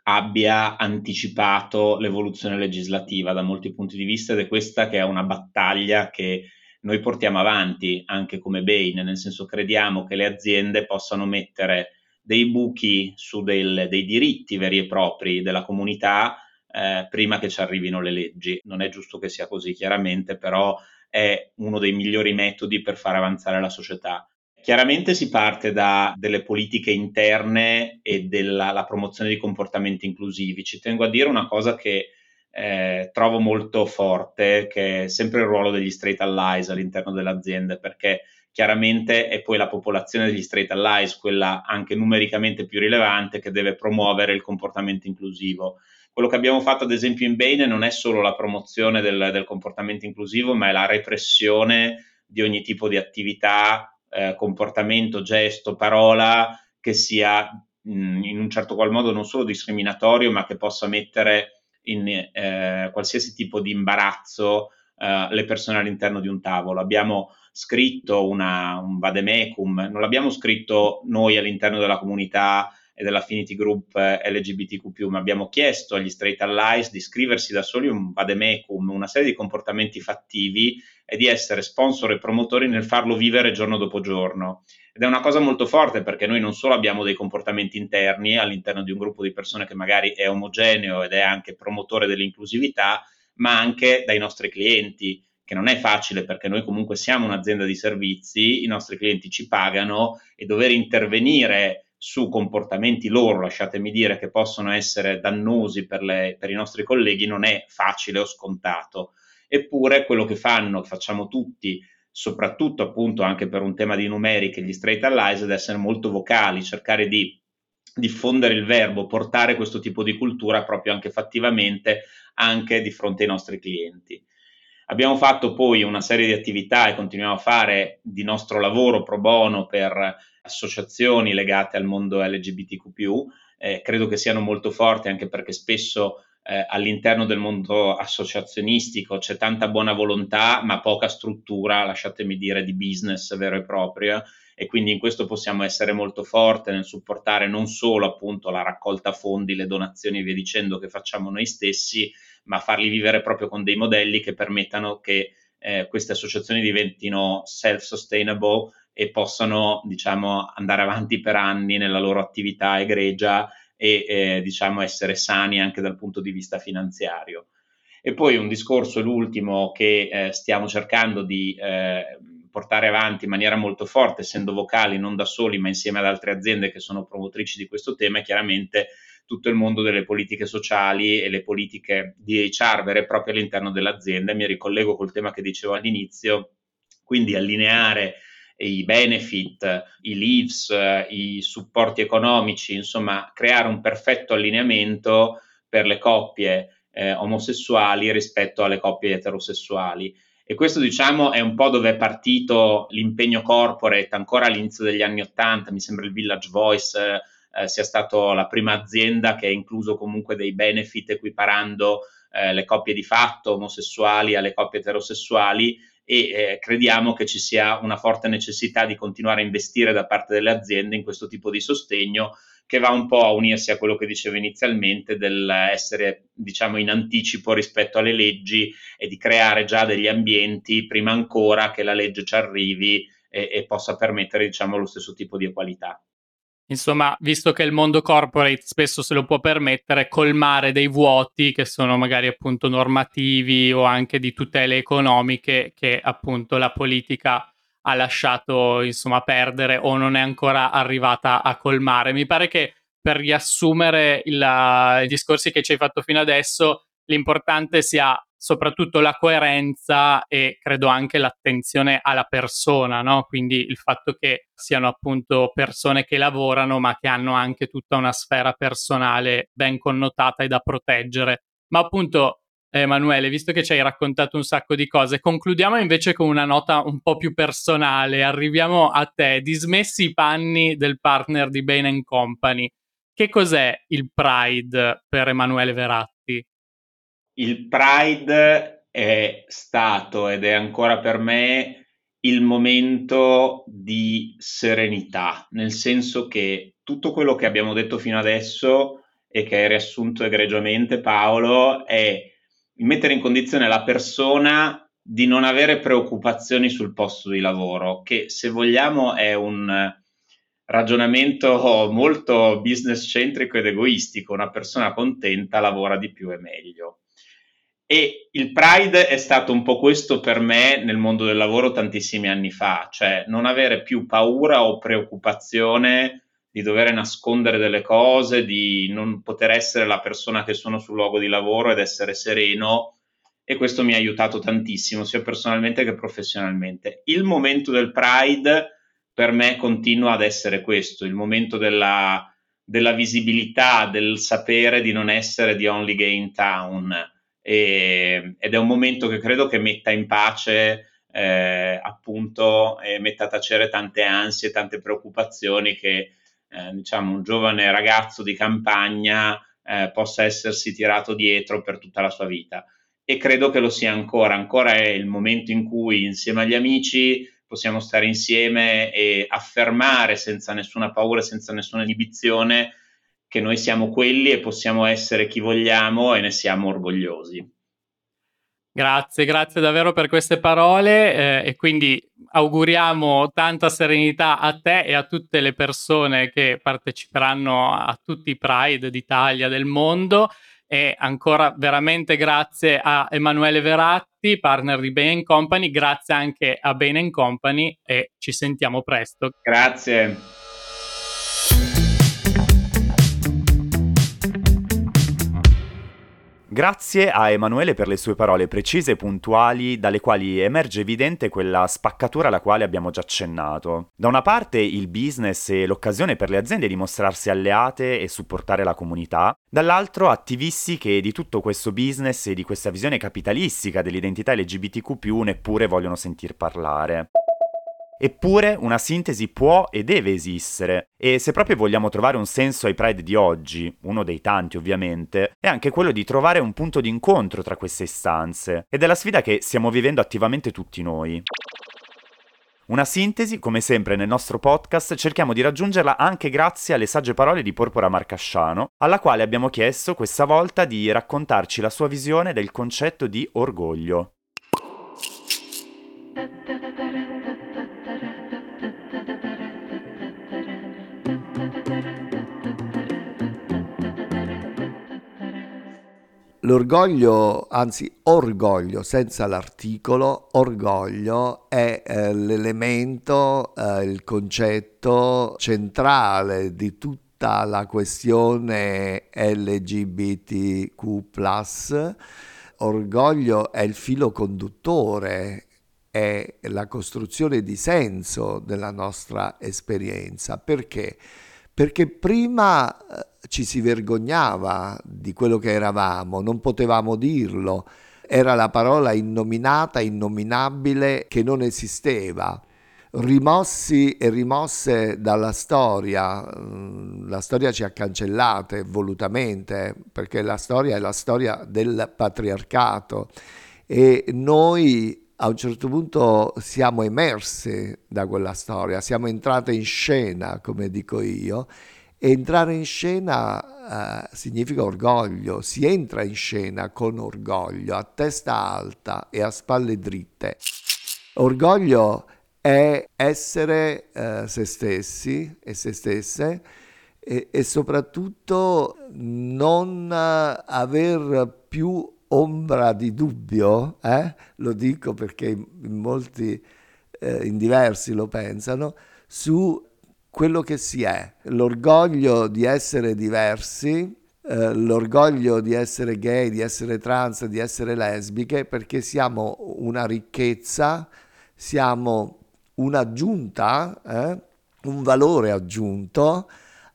K: abbia anticipato l'evoluzione legislativa da molti punti di vista, ed è questa che è una battaglia che noi portiamo avanti anche come Bain, nel senso crediamo che le aziende possano mettere dei buchi su del, dei diritti veri e propri della comunità eh, prima che ci arrivino le leggi. Non è giusto che sia così, chiaramente, però è uno dei migliori metodi per far avanzare la società. Chiaramente si parte da delle politiche interne e della la promozione di comportamenti inclusivi. Ci tengo a dire una cosa che eh, trovo molto forte, che è sempre il ruolo degli straight allies all'interno delle aziende, perché chiaramente è poi la popolazione degli straight allies, quella anche numericamente più rilevante, che deve promuovere il comportamento inclusivo. Quello che abbiamo fatto ad esempio in Bain non è solo la promozione del, del comportamento inclusivo, ma è la repressione di ogni tipo di attività, eh, comportamento, gesto, parola che sia mh, in un certo qual modo non solo discriminatorio, ma che possa mettere in eh, qualsiasi tipo di imbarazzo eh, le persone all'interno di un tavolo. Abbiamo scritto una, un vademecum, non l'abbiamo scritto noi all'interno della comunità e dell'affinity group L G B T Q più, ma abbiamo chiesto agli straight allies di scriversi da soli un vademecum, una serie di comportamenti fattivi e di essere sponsor e promotori nel farlo vivere giorno dopo giorno. Ed è una cosa molto forte, perché noi non solo abbiamo dei comportamenti interni all'interno di un gruppo di persone che magari è omogeneo ed è anche promotore dell'inclusività, ma anche dai nostri clienti, che non è facile perché noi comunque siamo un'azienda di servizi, i nostri clienti ci pagano e dover intervenire su comportamenti loro, lasciatemi dire, che possono essere dannosi per, le, per i nostri colleghi non è facile o scontato. Eppure quello che fanno, che facciamo tutti, soprattutto appunto anche per un tema di numeriche, gli straight allies, ad essere molto vocali, cercare di diffondere il verbo, portare questo tipo di cultura proprio anche fattivamente anche di fronte ai nostri clienti. Abbiamo fatto poi una serie di attività e continuiamo a fare di nostro lavoro pro bono per associazioni legate al mondo L G B T Q più, eh, credo che siano molto forti, anche perché spesso eh, all'interno del mondo associazionistico c'è tanta buona volontà ma poca struttura, lasciatemi dire, di business vero e proprio, e quindi in questo possiamo essere molto forti nel supportare non solo appunto la raccolta fondi, le donazioni e via dicendo che facciamo noi stessi, ma farli vivere proprio con dei modelli che permettano che eh, queste associazioni diventino self-sustainable e possano, diciamo, andare avanti per anni nella loro attività egregia e eh, diciamo essere sani anche dal punto di vista finanziario. E poi un discorso, l'ultimo, che eh, stiamo cercando di eh, portare avanti in maniera molto forte, essendo vocali non da soli ma insieme ad altre aziende che sono promotrici di questo tema, è chiaramente tutto il mondo delle politiche sociali e le politiche di H R vere e proprie all'interno dell'azienda. Mi ricollego col tema che dicevo all'inizio, quindi allineare i benefit, i leaves, i supporti economici, insomma creare un perfetto allineamento per le coppie eh, omosessuali rispetto alle coppie eterosessuali. E questo, diciamo, è un po' dove è partito l'impegno corporate ancora all'inizio degli anni Ottanta. Mi sembra il Village Voice eh, sia stato la prima azienda che ha incluso comunque dei benefit equiparando eh, le coppie di fatto omosessuali alle coppie eterosessuali, e eh, crediamo che ci sia una forte necessità di continuare a investire da parte delle aziende in questo tipo di sostegno, che va un po' a unirsi a quello che dicevo inizialmente dell'essere, diciamo, in anticipo rispetto alle leggi e di creare già degli ambienti prima ancora che la legge ci arrivi e, e possa permettere, diciamo, lo stesso tipo di equalità.
B: Insomma, visto che il mondo corporate spesso se lo può permettere, colmare dei vuoti che sono magari appunto normativi o anche di tutele economiche che appunto la politica ha lasciato insomma perdere o non è ancora arrivata a colmare. Mi pare che, per riassumere il, i discorsi che ci hai fatto fino adesso, l'importante sia soprattutto la coerenza e credo anche l'attenzione alla persona, no? Quindi il fatto che siano appunto persone che lavorano ma che hanno anche tutta una sfera personale ben connotata e da proteggere. Ma appunto, Emanuele, visto che ci hai raccontato un sacco di cose, concludiamo invece con una nota un po' più personale. Arriviamo a te, dismessi i panni del partner di Bain and Company. Che cos'è il Pride per Emanuele Veratti?
K: Il Pride è stato ed è ancora per me il momento di serenità, nel senso che tutto quello che abbiamo detto fino adesso e che hai riassunto egregiamente, Paolo, è mettere in condizione la persona di non avere preoccupazioni sul posto di lavoro, che se vogliamo è un ragionamento molto business centrico ed egoistico. Una persona contenta lavora di più e meglio. E il Pride è stato un po' questo per me nel mondo del lavoro tantissimi anni fa, cioè non avere più paura o preoccupazione di dover nascondere delle cose, di non poter essere la persona che sono sul luogo di lavoro ed essere sereno, e questo mi ha aiutato tantissimo sia personalmente che professionalmente. Il momento del Pride per me continua ad essere questo, il momento della della visibilità, del sapere di non essere the only gay in town, e, ed è un momento che credo che metta in pace eh, appunto e metta a tacere tante ansie, tante preoccupazioni che eh, diciamo un giovane ragazzo di campagna eh, possa essersi tirato dietro per tutta la sua vita. E credo che lo sia ancora, ancora è il momento in cui insieme agli amici possiamo stare insieme e affermare senza nessuna paura, senza nessuna inibizione, che noi siamo quelli e possiamo essere chi vogliamo e ne siamo orgogliosi.
B: Grazie, grazie davvero per queste parole eh, e quindi auguriamo tanta serenità a te e a tutte le persone che parteciperanno a tutti i Pride d'Italia, del mondo. E ancora veramente grazie a Emanuele Veratti, partner di Bain and Company, grazie anche a Bain and Company e ci sentiamo presto.
K: Grazie.
C: Grazie a Emanuele per le sue parole precise e puntuali, dalle quali emerge evidente quella spaccatura alla quale abbiamo già accennato. Da una parte il business e l'occasione per le aziende di mostrarsi alleate e supportare la comunità, dall'altro attivisti che di tutto questo business e di questa visione capitalistica dell'identità L G B T Q più, neppure vogliono sentir parlare. Eppure una sintesi può e deve esistere, e se proprio vogliamo trovare un senso ai Pride di oggi, uno dei tanti ovviamente, è anche quello di trovare un punto di incontro tra queste istanze, ed è la sfida che stiamo vivendo attivamente tutti noi. Una sintesi, come sempre nel nostro podcast, cerchiamo di raggiungerla anche grazie alle sagge parole di Porpora Marcasciano, alla quale abbiamo chiesto questa volta di raccontarci la sua visione del concetto di orgoglio.
L: L'orgoglio, anzi orgoglio senza l'articolo, orgoglio è eh, l'elemento, eh, il concetto centrale di tutta la questione L G B T Q plus. Orgoglio è il filo conduttore, è la costruzione di senso della nostra esperienza. Perché? Perché prima ci si vergognava di quello che eravamo, non potevamo dirlo, era la parola innominata, innominabile, che non esisteva. Rimossi e rimosse dalla storia, la storia ci ha cancellate volutamente, perché la storia è la storia del patriarcato e noi a un certo punto siamo emersi da quella storia, siamo entrate in scena, come dico io, e entrare in scena eh, significa orgoglio, si entra in scena con orgoglio, a testa alta e a spalle dritte. Orgoglio è essere eh, se stessi e se stesse e, e soprattutto non eh, aver più ombra di dubbio, eh? Lo dico perché in molti, eh, in diversi lo pensano, su quello che si è, l'orgoglio di essere diversi, eh, l'orgoglio di essere gay, di essere trans, di essere lesbiche, perché siamo una ricchezza, siamo un'aggiunta, eh? un valore aggiunto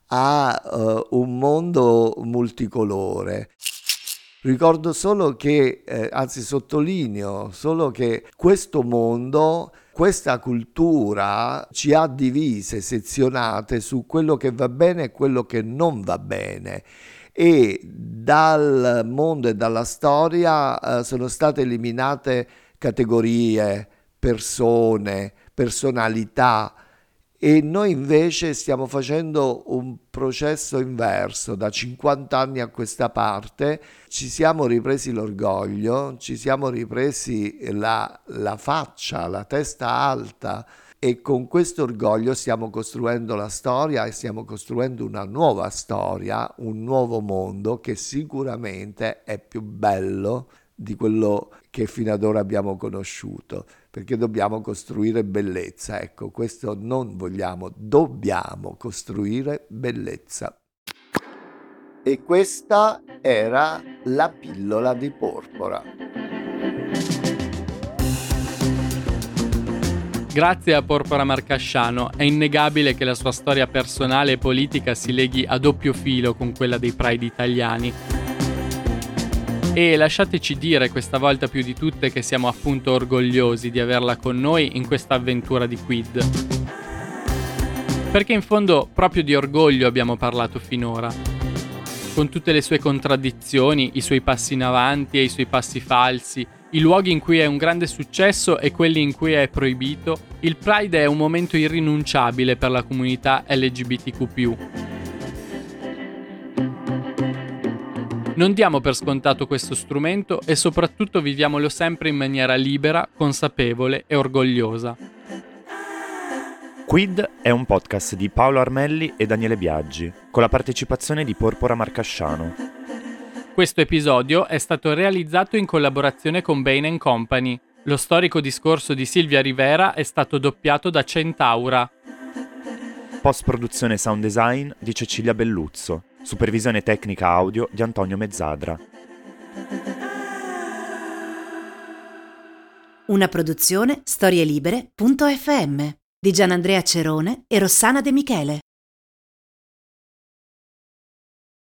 L: a uh, un mondo multicolore. Ricordo solo che, eh, anzi sottolineo solo che questo mondo, questa cultura ci ha divise, sezionate su quello che va bene e quello che non va bene. E dal mondo e dalla storia eh, sono state eliminate categorie, persone, personalità. E noi invece stiamo facendo un processo inverso, da cinquanta anni a questa parte ci siamo ripresi l'orgoglio, ci siamo ripresi la, la faccia, la testa alta e con questo orgoglio stiamo costruendo la storia e stiamo costruendo una nuova storia, un nuovo mondo che sicuramente è più bello di quello che fino ad ora abbiamo conosciuto, perché dobbiamo costruire bellezza. Ecco, questo non vogliamo, dobbiamo costruire bellezza. E questa era la pillola di Porpora.
B: Grazie a Porpora Marcasciano è innegabile che la sua storia personale e politica si leghi a doppio filo con quella dei Pride italiani. E lasciateci dire questa volta più di tutte che siamo appunto orgogliosi di averla con noi in questa avventura di Quid. Perché in fondo proprio di orgoglio abbiamo parlato finora. Con tutte le sue contraddizioni, i suoi passi in avanti e i suoi passi falsi, i luoghi in cui è un grande successo e quelli in cui è proibito, il Pride è un momento irrinunciabile per la comunità L G B T Q più. Non diamo per scontato questo strumento e soprattutto viviamolo sempre in maniera libera, consapevole e orgogliosa.
C: Quid è un podcast di Paolo Armelli e Daniele Biaggi, con la partecipazione di Porpora Marcasciano.
B: Questo episodio è stato realizzato in collaborazione con Bain and Company. Lo storico discorso di Silvia Rivera è stato doppiato da Centaura.
C: Post-produzione sound design di Cecilia Belluzzo. Supervisione tecnica audio di Antonio Mezzadra.
M: Una produzione storielibere punto effe emme di Gianandrea Cerone e Rossana De Michele.